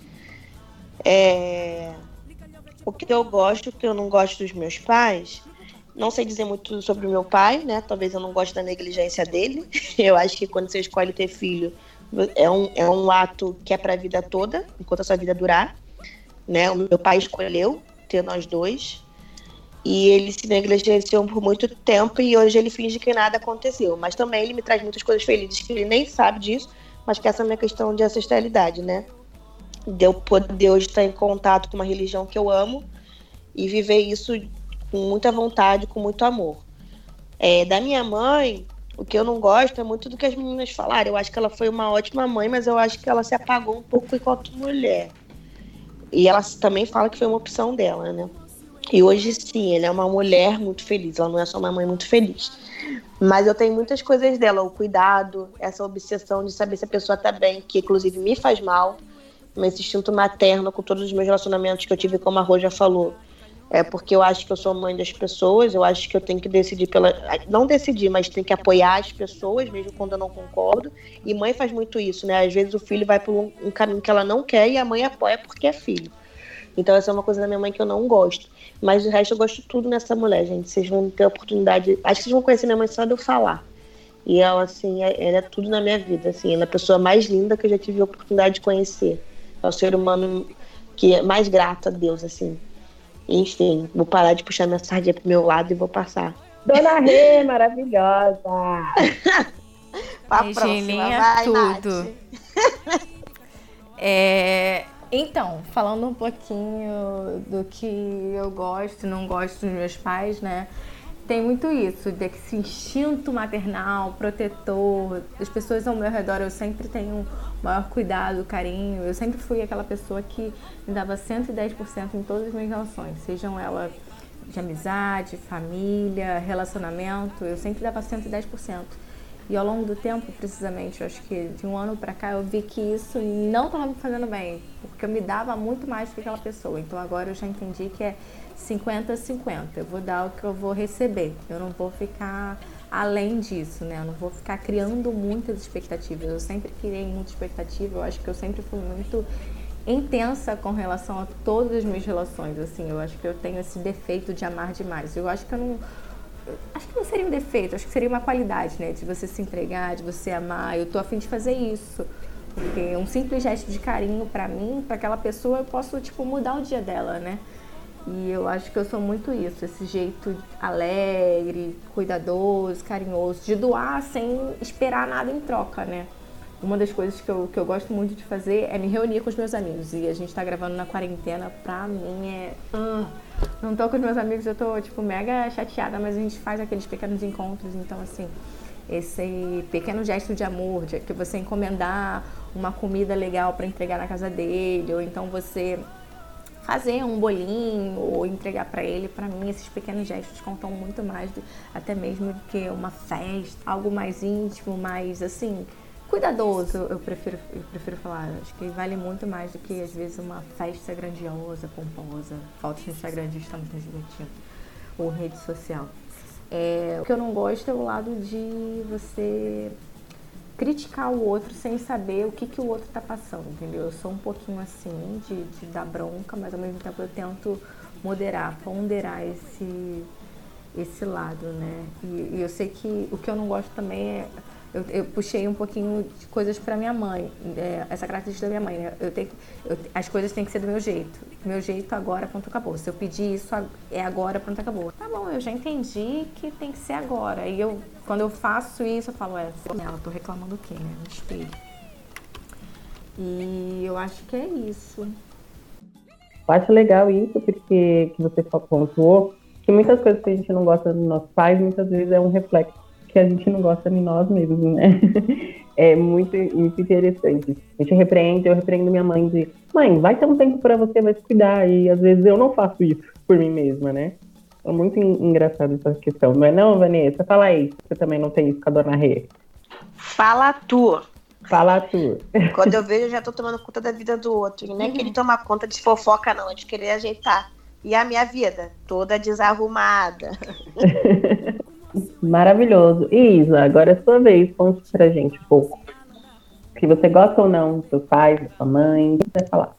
O que eu gosto, o que eu não gosto dos meus pais... Não sei dizer muito sobre o meu pai, né? Talvez eu não goste da negligência dele. Eu acho que quando você escolhe ter filho, é um ato que é para a vida toda, enquanto a sua vida durar, né? O meu pai escolheu ter nós dois e ele se negligenciou por muito tempo e hoje ele finge que nada aconteceu. Mas também ele me traz muitas coisas felizes que ele nem sabe disso, mas que essa é a minha questão de ancestralidade, né? De eu poder hoje estar em contato com uma religião que eu amo e viver isso com muita vontade, com muito amor. Da minha mãe, o que eu não gosto é muito do que as meninas falaram. Eu acho que ela foi uma ótima mãe, mas eu acho que ela se apagou um pouco enquanto mulher. E ela também fala que foi uma opção dela, né? E hoje sim, ela é uma mulher muito feliz, ela não é só uma mãe muito feliz. Mas eu tenho muitas coisas dela, o cuidado, essa obsessão de saber se a pessoa tá bem, que inclusive me faz mal, esse instinto materno com todos os meus relacionamentos que eu tive, como a Rô já falou. Porque eu acho que eu sou mãe das pessoas, eu acho que eu tenho que decidir não decidir, mas tenho que apoiar as pessoas, mesmo quando eu não concordo. E mãe faz muito isso, né? Às vezes o filho vai por um caminho que ela não quer e a mãe apoia porque é filho. Então essa é uma coisa da minha mãe que eu não gosto. Mas o resto eu gosto de tudo nessa mulher, gente. Vocês vão ter a oportunidade... Acho que vocês vão conhecer minha mãe só de eu falar. E ela, assim, ela é tudo na minha vida, assim. Ela é a pessoa mais linda que eu já tive a oportunidade de conhecer. É o ser humano que mais grato a Deus, assim. Enfim, vou parar de puxar minha sardinha pro meu lado e vou passar. Dona Rê, maravilhosa! Pra Regininha, próxima, vai, tudo. Nath. Então, falando um pouquinho do que eu gosto e não gosto dos meus pais, né? Tem muito isso, desse instinto maternal, protetor. As pessoas ao meu redor, eu sempre tenho maior cuidado, carinho. Eu sempre fui aquela pessoa que me dava 110% em todas as minhas relações, sejam elas de amizade, família, relacionamento, eu sempre dava 110%. E ao longo do tempo, precisamente, eu acho que de um ano pra cá, eu vi que isso não estava me fazendo bem, porque eu me dava muito mais do que aquela pessoa. Então agora eu já entendi que é 50-50. Eu vou dar o que eu vou receber. Eu não vou ficar além disso, né? Eu não vou ficar criando muitas expectativas. Eu sempre criei muita expectativa. Eu acho que eu sempre fui muito intensa com relação a todas as minhas relações. Assim, eu acho que eu tenho esse defeito de amar demais. Eu acho que acho que não seria um defeito, acho que seria uma qualidade, né? De você se entregar, de você amar. Eu tô a fim de fazer isso. Porque um simples gesto de carinho pra mim, pra aquela pessoa, eu posso, tipo, mudar o dia dela, né? E eu acho que eu sou muito isso, esse jeito alegre, cuidadoso, carinhoso, de doar sem esperar nada em troca, né? Uma das coisas que eu gosto muito de fazer é me reunir com os meus amigos. E a gente tá gravando na quarentena, pra mim é... não tô com os meus amigos, eu tô, tipo, mega chateada, mas a gente faz aqueles pequenos encontros. Então, assim, esse pequeno gesto de amor, de que você encomendar uma comida legal pra entregar na casa dele, ou então você fazer um bolinho ou entregar pra ele, pra mim esses pequenos gestos contam muito mais, até mesmo do que uma festa, algo mais íntimo, mais assim, cuidadoso, eu prefiro falar. Acho que vale muito mais do que às vezes uma festa grandiosa, pomposa, fotos no Instagram de estamos nos divertindo, ou rede social. O que eu não gosto é o lado de você criticar o outro sem saber o que o outro tá passando, entendeu? Eu sou um pouquinho assim, de dar bronca, mas ao mesmo tempo eu tento moderar, ponderar esse lado, né? E eu sei que o que eu não gosto também é... Eu puxei um pouquinho de coisas pra minha mãe, essa característica da minha mãe, né? As coisas têm que ser do meu jeito. Meu jeito agora, pronto, acabou. Se eu pedir isso, é agora, pronto, acabou. Tá bom, eu já entendi que tem que ser agora. E quando eu faço isso, eu falo, eu tô reclamando o quê, né? No espelho. E eu acho que é isso. Eu acho legal isso, porque que você pontuou, que muitas coisas que a gente não gosta dos nossos pais, muitas vezes é um reflexo que a gente não gosta de nós mesmos, né? É muito, muito interessante. A gente repreende, eu repreendo minha mãe de mãe, vai ter um tempo pra você, vai se cuidar. E às vezes eu não faço isso por mim mesma, né? É muito engraçado essa questão. Não é não, Vanessa? Fala aí, você também não tem isso com a Dona Rê. Fala tu. Fala tu. Quando eu vejo, eu já tô tomando conta da vida do outro. E não é que ele toma conta de fofoca, não, é de querer ajeitar. E a minha vida? Toda desarrumada. Maravilhoso. E Isa, agora é a sua vez. Conte pra gente um pouco. Se você gosta ou não dos seus pais, da sua mãe, o que você vai falar?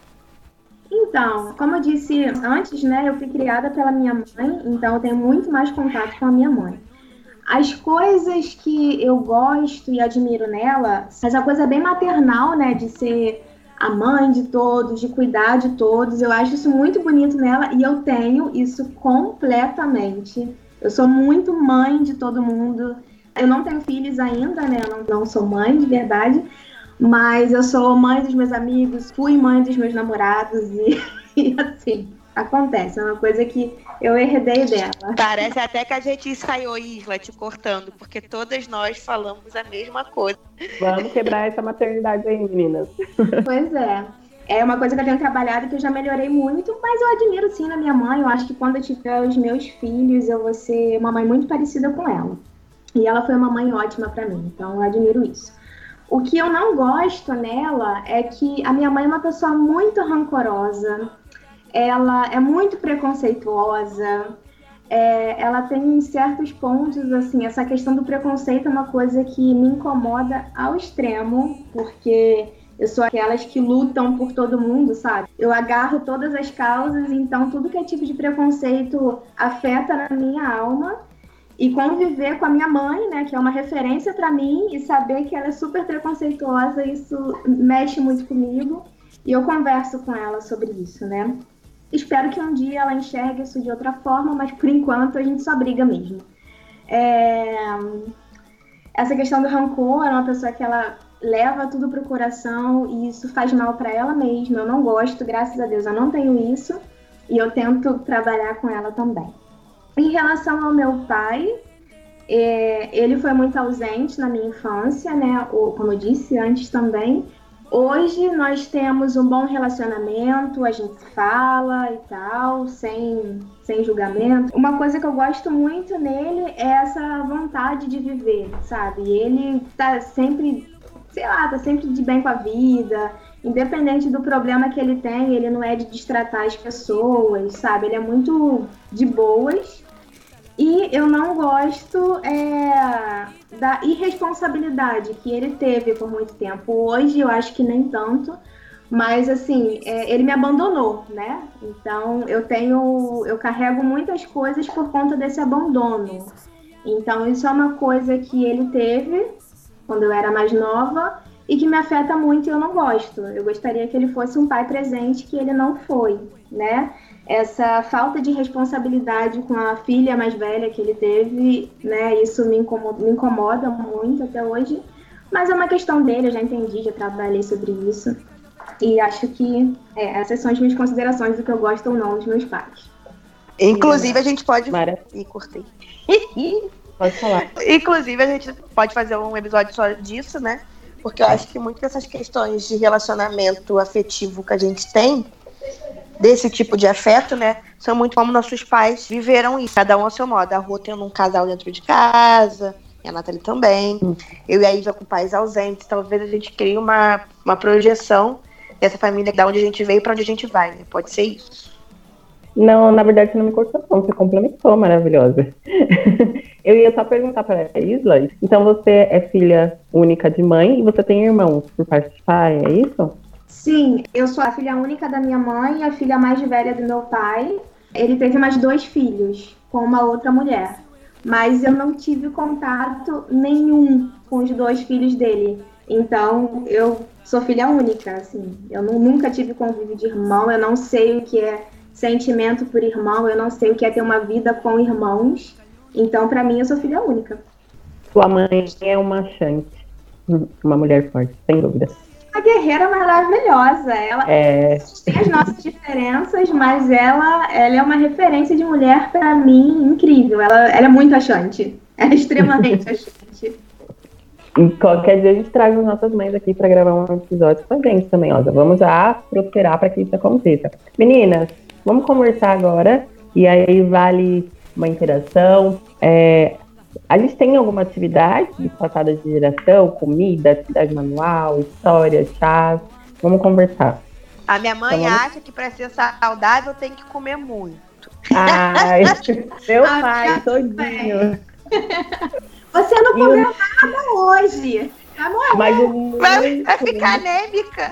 Então, como eu disse antes, né, eu fui criada pela minha mãe, então eu tenho muito mais contato com a minha mãe. As coisas que eu gosto e admiro nela, essa coisa bem maternal, né, de ser a mãe de todos, de cuidar de todos, eu acho isso muito bonito nela e eu tenho isso completamente. Eu sou muito mãe de todo mundo. Eu não tenho filhos ainda, né? Eu não sou mãe de verdade. Mas eu sou mãe dos meus amigos, fui mãe dos meus namorados e assim, acontece. É uma coisa que eu herdei dela. Parece até que a gente ensaiou, Isla, te cortando, porque todas nós falamos a mesma coisa. Vamos quebrar essa maternidade aí, meninas. Pois é. É uma coisa que eu tenho trabalhado e que eu já melhorei muito, mas eu admiro sim na minha mãe. Eu acho que quando eu tiver os meus filhos, eu vou ser uma mãe muito parecida com ela. E ela foi uma mãe ótima pra mim, então eu admiro isso. O que eu não gosto nela é que a minha mãe é uma pessoa muito rancorosa, ela é muito preconceituosa, ela tem certos pontos, assim, essa questão do preconceito é uma coisa que me incomoda ao extremo, porque eu sou aquelas que lutam por todo mundo, sabe? Eu agarro todas as causas, então tudo que é tipo de preconceito afeta na minha alma. E conviver com a minha mãe, né, que é uma referência pra mim, e saber que ela é super preconceituosa, isso mexe muito comigo. E eu converso com ela sobre isso, né? Espero que um dia ela enxergue isso de outra forma, mas por enquanto a gente só briga mesmo. Essa questão do rancor, é uma pessoa que ela leva tudo pro coração e isso faz mal para ela mesma. Eu não gosto, graças a Deus, eu não tenho isso e eu tento trabalhar com ela também. Em relação ao meu pai, ele foi muito ausente na minha infância, né? Como eu disse antes também. Hoje nós temos um bom relacionamento, a gente fala e tal, sem julgamento. Uma coisa que eu gosto muito nele é essa vontade de viver, sabe? Ele tá sempre, tá sempre de bem com a vida, independente do problema que ele tem, ele não é de destratar as pessoas, sabe? Ele é muito de boas. E eu não gosto da irresponsabilidade que ele teve por muito tempo. Hoje eu acho que nem tanto, mas assim, ele me abandonou, né? Então eu carrego muitas coisas por conta desse abandono. Então isso é uma coisa que ele teve quando eu era mais nova e que me afeta muito e eu não gosto. Eu gostaria que ele fosse um pai presente, que ele não foi, né? Essa falta de responsabilidade com a filha mais velha que ele teve, né? Isso me incomoda muito até hoje. Mas é uma questão dele, eu já entendi, já trabalhei sobre isso. E acho que essas são as minhas considerações do que eu gosto ou não dos meus pais. Inclusive, a gente pode... cortei. Pode falar. Inclusive, a gente pode fazer um episódio só disso, né? Porque eu acho que muitas dessas questões de relacionamento afetivo que a gente tem, desse tipo de afeto, né, são muito como nossos pais viveram isso, cada um ao seu modo. A Rô tendo um casal dentro de casa, e a Nathalie também. Eu e a Isa com pais ausentes. Talvez a gente crie uma projeção dessa família, da onde a gente veio para onde a gente vai, né? Pode ser isso. Não, na verdade você não me cortou não, você complementou, maravilhosa. Eu ia só perguntar para a Isla, então você é filha única de mãe e você tem irmãos por parte de pai, é isso? Sim, eu sou a filha única da minha mãe e a filha mais velha do meu pai. Ele teve mais 2 filhos com uma outra mulher, mas eu não tive contato nenhum com os 2 filhos dele. Então, eu sou filha única, assim. Eu nunca tive convívio de irmão, eu não sei o que é sentimento por irmão, eu não sei o que é ter uma vida com irmãos. Então, pra mim, eu sou filha única. Sua mãe é uma chante, uma mulher forte, sem dúvida. A guerreira maravilhosa, ela tem as nossas diferenças, mas ela é uma referência de mulher pra mim incrível. Ela é muito achante, ela é extremamente achante. E qualquer dia a gente traz as nossas mães aqui pra gravar um episódio com a gente também, ó. Vamos prosperar pra que isso aconteça. Meninas, vamos conversar agora e aí vale uma interação. A gente tem alguma atividade passada de geração, comida, atividade manual, história, chá? Vamos conversar. A minha mãe acha que para ser saudável tem que comer muito. Ai, meu pai, todinho. Você não comeu nada hoje. Vai morrer. Mas vai ficar anêmica.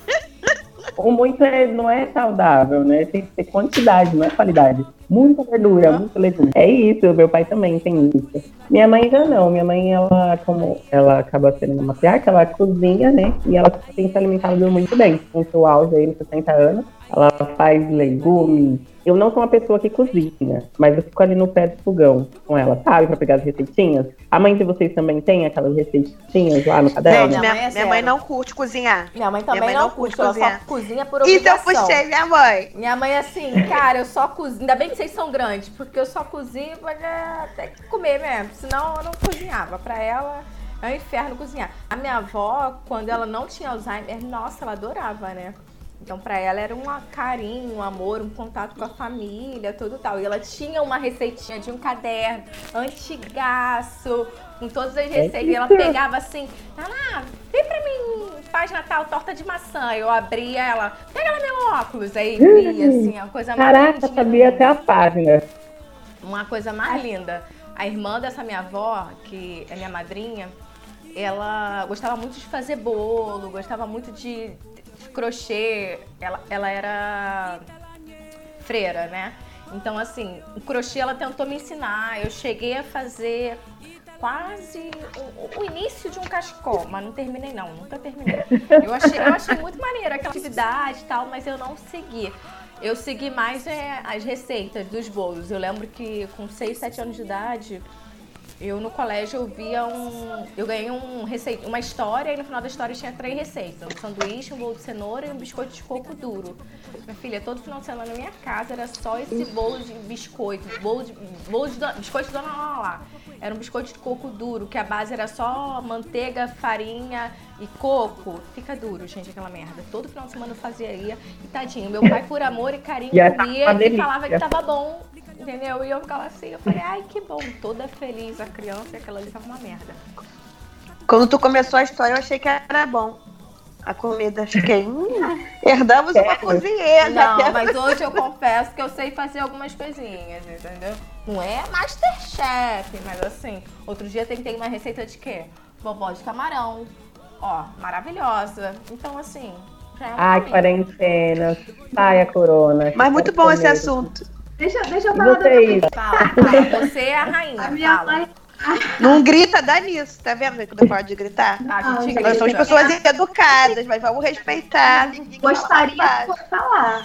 O muito não é saudável, né? Tem que ter quantidade, não é qualidade. Muita verdura, muito legume. É isso, meu pai também tem isso. Minha mãe já não. Minha mãe, como ela acaba sendo uma matriarca, ela cozinha, né? E ela tem se alimentado muito bem. Com seu auge aí, 60 anos, ela faz legumes. Eu não sou uma pessoa que cozinha, mas eu fico ali no pé do fogão com ela, sabe? Pra pegar as receitinhas. A mãe de vocês também tem aquelas receitinhas lá no caderno? Minha mãe não curte cozinhar. Minha mãe também não curte cozinhar. Ela só cozinha por obrigação. Então eu puxei minha mãe. Minha mãe assim, cara, eu só cozinho. Ainda bem que vocês são grandes, porque eu só cozinho pra ter que comer mesmo. Senão eu não cozinhava. Pra ela é um inferno cozinhar. A minha avó, quando ela não tinha Alzheimer, nossa, ela adorava, né? Então, pra ela era um carinho, um amor, um contato com a família, tudo tal. E ela tinha uma receitinha de um caderno antigaço, com todas as receitas. E ela pegava assim, vem pra mim, faz Natal, torta de maçã. Eu abria ela, pega lá meu óculos. Aí via, assim, uma coisa mais linda. Caraca, sabia até a página. Uma coisa mais linda. A irmã dessa minha avó, que é minha madrinha, ela gostava muito de fazer bolo, gostava muito de crochê. Ela era freira, né? Então, assim, o crochê ela tentou me ensinar. Eu cheguei a fazer quase o início de um cachecol, mas não terminei não, nunca terminei. Eu achei muito maneiro aquela atividade e tal, mas eu não segui. Eu segui mais as receitas dos bolos. Eu lembro que com 6, 7 anos de idade, eu no colégio eu ganhei uma história e no final da história tinha 3 receitas. Um sanduíche, um bolo de cenoura e um biscoito de coco duro. Minha filha, todo final de semana na minha casa era só esse bolo de biscoito, biscoito de Dona Lá. Era um biscoito de coco duro, que a base era só manteiga, farinha e coco. Fica duro, gente, aquela merda. Todo final de semana eu fazia e tadinho. Meu pai, por amor e carinho, comia e falava que tava bom. Entendeu? E eu ficava assim, eu falei, ai, que bom, toda feliz a criança e aquela ali tava uma merda. Quando tu começou a história, eu achei que era bom. A comida, fiquei, herdamos uma cozinheira. Não, mas hoje eu confesso que eu sei fazer algumas coisinhas, entendeu? Não é Masterchef, mas assim, outro dia tentei uma receita de quê? Bobó de camarão. Ó, maravilhosa. Então, assim, já é Ai, quarentena. Sai a corona. Mas muito bom esse assunto. Deixa eu falar da minha Fala, você é a rainha. A minha fala. mãe. Não grita, dá nisso, tá vendo? Quando pode gritar. A gente Nós somos pessoas educadas, mas vamos respeitar. Gostaria de falar.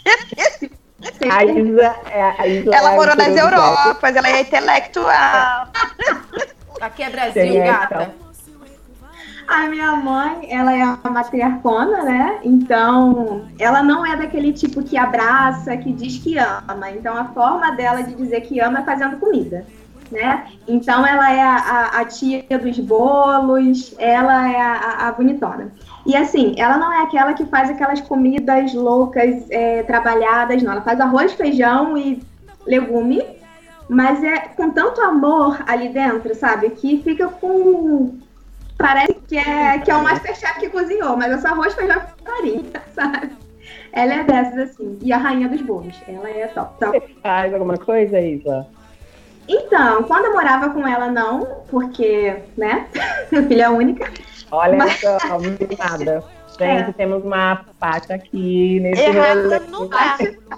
A Isa Ela morou nas Europas, ela é intelectual. Aqui é Brasil, gata. A minha mãe, ela é uma matriarcona, né? Então, ela não é daquele tipo que abraça, que diz que ama. Então, a forma dela de dizer que ama é fazendo comida, né? Então, ela é a tia dos bolos, ela é a bonitona. E assim, ela não é aquela que faz aquelas comidas loucas, trabalhadas, não. Ela faz arroz, feijão e legume, mas é com tanto amor ali dentro, sabe? Que fica com... Parece que é o Masterchef que cozinhou, mas é só arroz, feijão e farinha, sabe? Ela é dessas, assim. E a rainha dos bolos. Ela é top. Você faz alguma coisa, Isa? Então, quando eu morava com ela, não. Porque, né? Filha única. Olha só, nada. Gente, temos uma Pátia aqui nesse Errada não dá.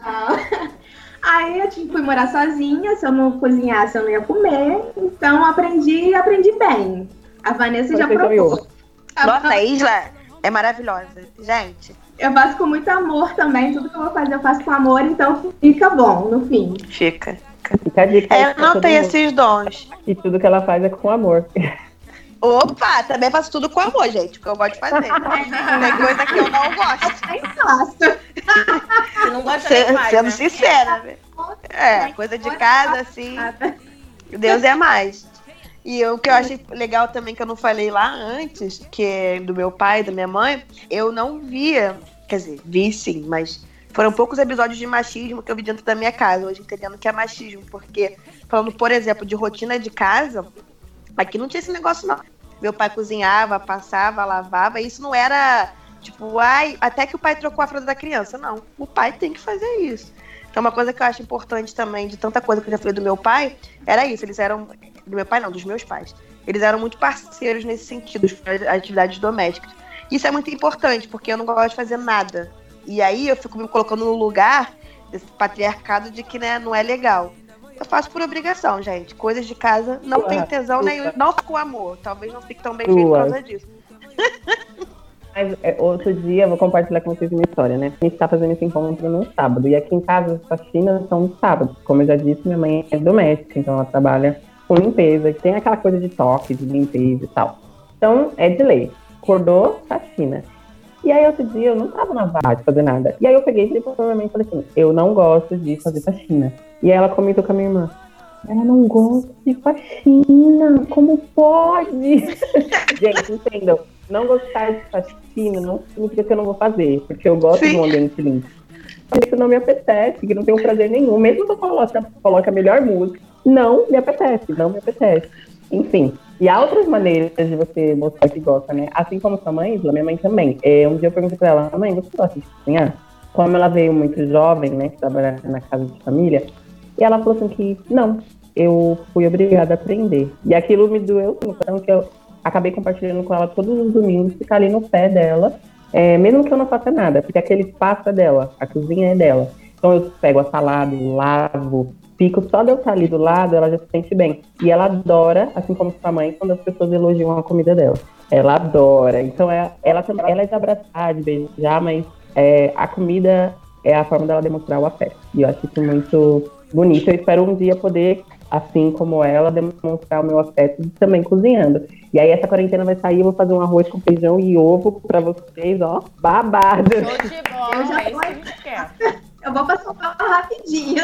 Aí eu fui morar sozinha. Se eu não cozinhasse, eu não ia comer. Então, aprendi bem. A Vanessa já provou. Nossa, a Isla é maravilhosa, gente. Eu faço com muito amor também. Tudo que eu vou fazer, eu faço com amor. Então, fica bom no fim. Fica. Fica a dica. Eu não tenho esses dons. E tudo que ela faz é com amor. Opa, também faço tudo com amor, gente. O que eu gosto de fazer. Tem coisa que eu não gosto. Nem faço. Você não gosta nem mais, Sendo né? sincera, né? Coisa de casa, assim. Deus é mais. E o que eu achei legal também, que eu não falei lá antes, que é do meu pai e da minha mãe, eu não via, quer dizer, vi sim, mas foram poucos episódios de machismo que eu vi dentro da minha casa, hoje entendendo que é machismo, porque falando, por exemplo, de rotina de casa, aqui não tinha esse negócio não. Meu pai cozinhava, passava, lavava, e isso não era tipo, até que o pai trocou a fralda da criança, não. O pai tem que fazer isso. Então uma coisa que eu acho importante também, de tanta coisa que eu já falei do meu pai, era isso, eles eram... Do meu pai não, dos meus pais. Eles eram muito parceiros nesse sentido, as atividades domésticas. Isso é muito importante, porque eu não gosto de fazer nada. E aí eu fico me colocando no lugar desse patriarcado de que, né, não é legal. Eu faço por obrigação, gente. Coisas de casa não tem tesão nenhum, não com amor. Talvez não fique tão bem feito por causa disso. Mas outro dia eu vou compartilhar com vocês uma história, né? A gente tá fazendo esse encontro no sábado. E aqui em casa as faxinas são no sábado. Como eu já disse, minha mãe é doméstica, então ela trabalha com limpeza, que tem aquela coisa de toque, de limpeza e tal. Então, é de lei. Acordou, faxina. E aí, outro dia, eu não tava na vibe de fazer nada. E aí, eu peguei e provavelmente falei assim, eu não gosto de fazer faxina. E aí, ela comentou com a minha irmã, ela não gosta de faxina, como pode? Gente, entendam, não gostar de faxina não significa que eu não vou fazer, porque eu gosto de um ambiente limpo. Isso não me apetece, que não tenho prazer nenhum. Mesmo que eu coloque a melhor música, não me apetece. Enfim, e há outras maneiras de você mostrar que gosta, né? Assim como sua mãe, minha mãe também. Um dia eu perguntei pra ela, mãe, você gosta de cozinhar? Como ela veio muito jovem, né, que trabalha na casa de família, e ela falou assim que, não, eu fui obrigada a aprender. E aquilo me doeu, então que eu acabei compartilhando com ela todos os domingos, ficar ali no pé dela, mesmo que eu não faça nada, porque aquele espaço é dela, a cozinha é dela. Então eu pego a salada, lavo, fico só de eu estar ali do lado, ela já se sente bem. E ela adora, assim como sua mãe, quando as pessoas elogiam a comida dela. Ela adora. Então, ela também, ela é de abraçar, de beijar, mas a comida é a forma dela demonstrar o afeto. E eu acho isso muito bonito. Eu espero um dia poder, assim como ela, demonstrar o meu afeto também cozinhando. E aí essa quarentena vai sair, eu vou fazer um arroz com feijão e ovo pra vocês, ó, babado. Show de bola, é isso que a gente quer. Eu vou pra São Paulo rapidinho.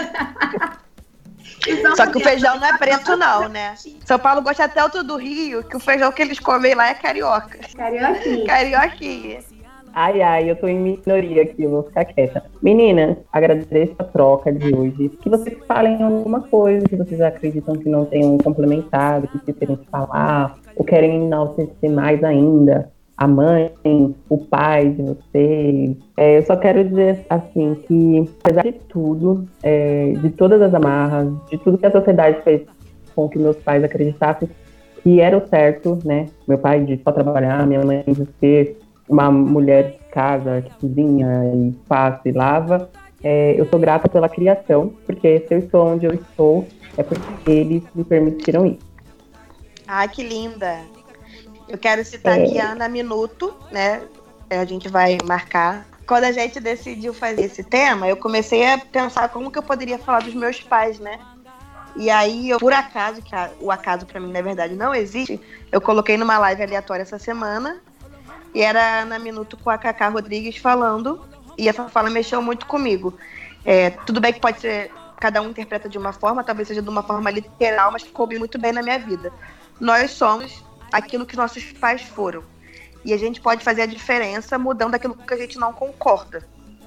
Só que o feijão não é preto, não, né? São Paulo gosta tanto do Rio que o feijão que eles comem lá é carioca. Carioquinha. Carioquinha. Ai, eu tô em minoria aqui, eu vou ficar quieta. Meninas, agradeço a troca de hoje. Que vocês falem alguma coisa que vocês acreditam que não tenham complementado, que vocês querem falar, ou querem enaltecer mais ainda a mãe, o pai de vocês. Eu só quero dizer, assim, que apesar de tudo, de todas as amarras, de tudo que a sociedade fez com que meus pais acreditassem que era o certo, né? Meu pai de só trabalhar, minha mãe de ser uma mulher de casa, que cozinha e faz e lava. Eu sou grata pela criação, porque se eu estou onde eu estou, é porque eles me permitiram isso. Ah, que linda! Eu quero citar aqui a Ana Minuto, né? A gente vai marcar. Quando a gente decidiu fazer esse tema, eu comecei a pensar como que eu poderia falar dos meus pais, né? E aí, por acaso, que o acaso pra mim, na verdade, não existe, eu coloquei numa live aleatória essa semana, e era a Ana Minuto com a Cacá Rodrigues falando, e essa fala mexeu muito comigo. Tudo bem que pode ser, cada um interpreta de uma forma, talvez seja de uma forma literal, mas ficou muito bem na minha vida. Nós somos aquilo que nossos pais foram. E a gente pode fazer a diferença mudando aquilo que a gente não concorda.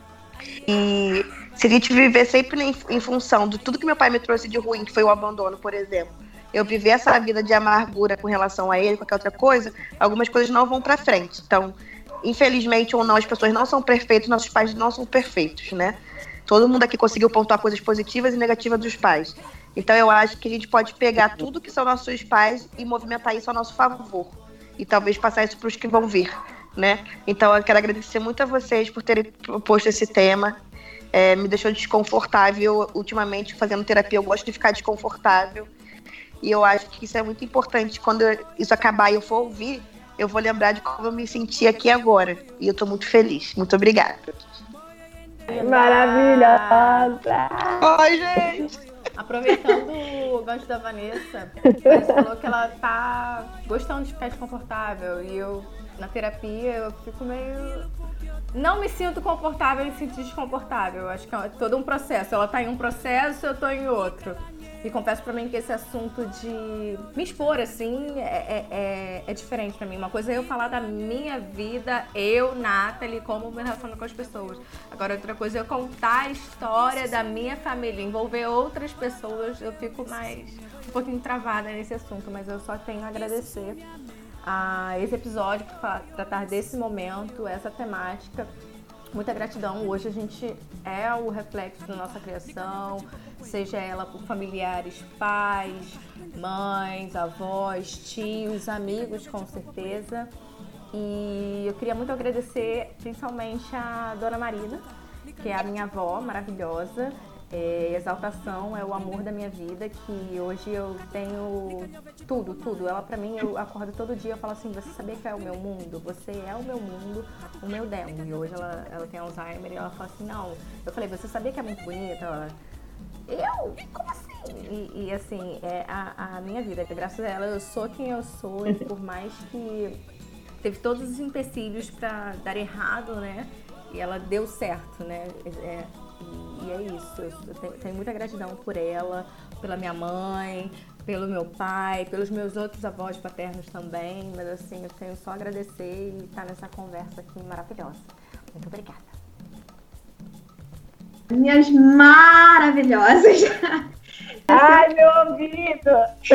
E se a gente viver sempre em função de tudo que meu pai me trouxe de ruim, que foi o abandono, por exemplo, eu viver essa vida de amargura com relação a ele, qualquer outra coisa, algumas coisas não vão pra frente. Então, infelizmente ou não, as pessoas não são perfeitas, nossos pais não são perfeitos, né? Todo mundo aqui conseguiu pontuar coisas positivas e negativas dos pais. Então eu acho que a gente pode pegar tudo que são nossos pais e movimentar isso a nosso favor. E talvez passar isso para os que vão vir, né? Então eu quero agradecer muito a vocês por terem proposto esse tema. Me deixou desconfortável. Ultimamente, fazendo terapia, eu gosto de ficar desconfortável. E eu acho que isso é muito importante. Quando isso acabar e eu for ouvir, eu vou lembrar de como eu me senti aqui agora. E eu estou muito feliz. Muito obrigada. Maravilhosa! Oi, gente! Aproveitando o gancho da Vanessa, ela falou que ela tá gostando de ficar desconfortável. E eu, na terapia, eu fico meio... Não me sinto confortável em me sentir desconfortável. Eu acho que é todo um processo. Ela tá em um processo, eu tô em outro. E confesso pra mim que esse assunto de me expor, assim, é diferente pra mim. Uma coisa é eu falar da minha vida, eu, Nathalie, como me relaciono com as pessoas. Agora, outra coisa é eu contar a história da minha família, envolver outras pessoas. Eu fico um pouquinho travada nesse assunto, mas eu só tenho a agradecer a esse episódio por tratar desse momento, essa temática. Muita gratidão. Hoje a gente é o reflexo da nossa criação, seja ela por familiares, pais, mães, avós, tios, amigos, com certeza. E eu queria muito agradecer principalmente a Dona Marina, que é a minha avó maravilhosa. Exaltação é o amor da minha vida, que hoje eu tenho tudo. Ela, pra mim, eu acordo todo dia e falo assim: você sabia que é o meu mundo? Você é o meu mundo, o meu demo. E hoje ela tem Alzheimer e ela fala assim: não. Eu falei: você sabia que é muito bonita? Ela: eu? Como assim? E assim, é a minha vida. Graças a ela eu sou quem eu sou, e por mais que teve todos os empecilhos pra dar errado, né? E ela deu certo, né? E é isso, eu tenho muita gratidão por ela, pela minha mãe, pelo meu pai, pelos meus outros avós paternos também, mas assim, eu tenho só a agradecer e estar nessa conversa aqui maravilhosa. Muito obrigada. Minhas maravilhosas. Ai, meu ouvido!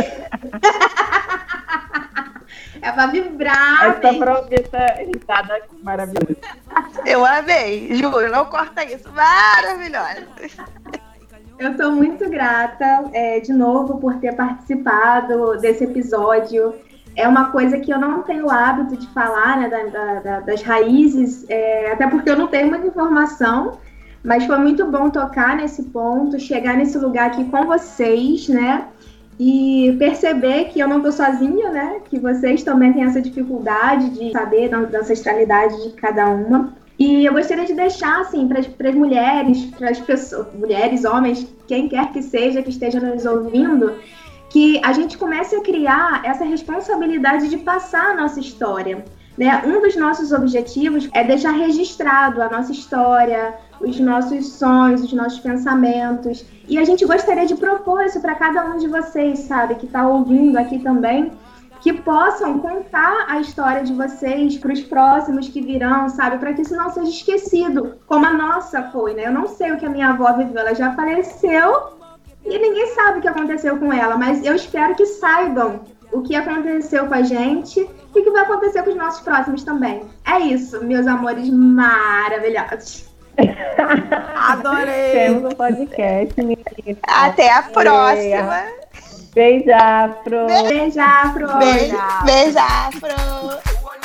É pra vibrar. Essa promessa irritada maravilhosa. Eu amei, juro, não corta isso. Maravilhosa. Eu tô muito grata, de novo, por ter participado desse episódio. É uma coisa que eu não tenho o hábito de falar, né, das raízes, até porque eu não tenho muita informação, Mas foi muito bom tocar nesse ponto, chegar nesse lugar aqui com vocês, né? E perceber que eu não tô sozinha, né? Que vocês também têm essa dificuldade de saber da ancestralidade de cada uma. E eu gostaria de deixar, assim, para as mulheres, para as pessoas, mulheres, homens, quem quer que seja que esteja nos ouvindo, que a gente comece a criar essa responsabilidade de passar a nossa história, né? Um dos nossos objetivos é deixar registrado a nossa história, os nossos sonhos, os nossos pensamentos. E a gente gostaria de propor isso para cada um de vocês, sabe, que está ouvindo aqui também, que possam contar a história de vocês para os próximos que virão, sabe, para que isso não seja esquecido, como a nossa foi, né? Eu não sei o que a minha avó viveu, ela já faleceu e ninguém sabe o que aconteceu com ela, mas eu espero que saibam o que aconteceu com a gente e o que vai acontecer com os nossos próximos também. É isso, meus amores maravilhosos. Adorei! Temos um podcast, menina. Até a próxima! Beijafro! Beijafro! Beijafro!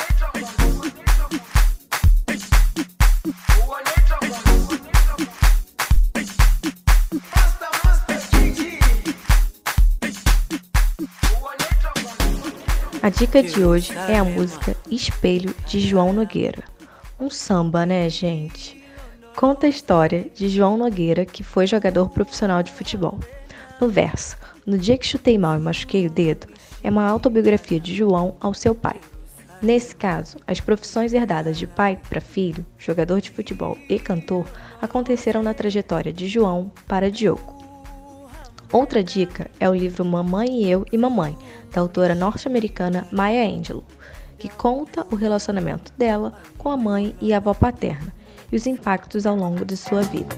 A dica de hoje é a música Espelho, de João Nogueira. Um samba, né, gente? Conta a história de João Nogueira, que foi jogador profissional de futebol. No verso, no dia que chutei mal e machuquei o dedo, é uma autobiografia de João ao seu pai. Nesse caso, as profissões herdadas de pai para filho, jogador de futebol e cantor, aconteceram na trajetória de João para Diogo. Outra dica é o livro Mamãe e Eu e Mamãe, da autora norte-americana Maya Angelou, que conta o relacionamento dela com a mãe e a avó paterna e os impactos ao longo de sua vida.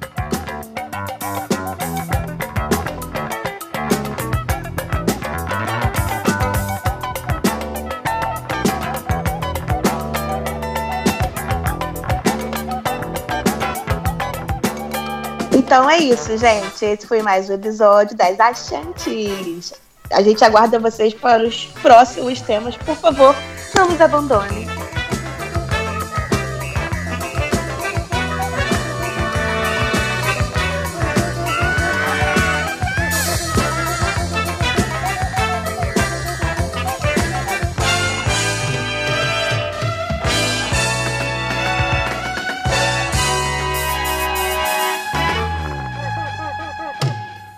Então é isso, gente. Esse foi mais um episódio das Achantes. A gente aguarda vocês para os próximos temas. Por favor, não nos abandone.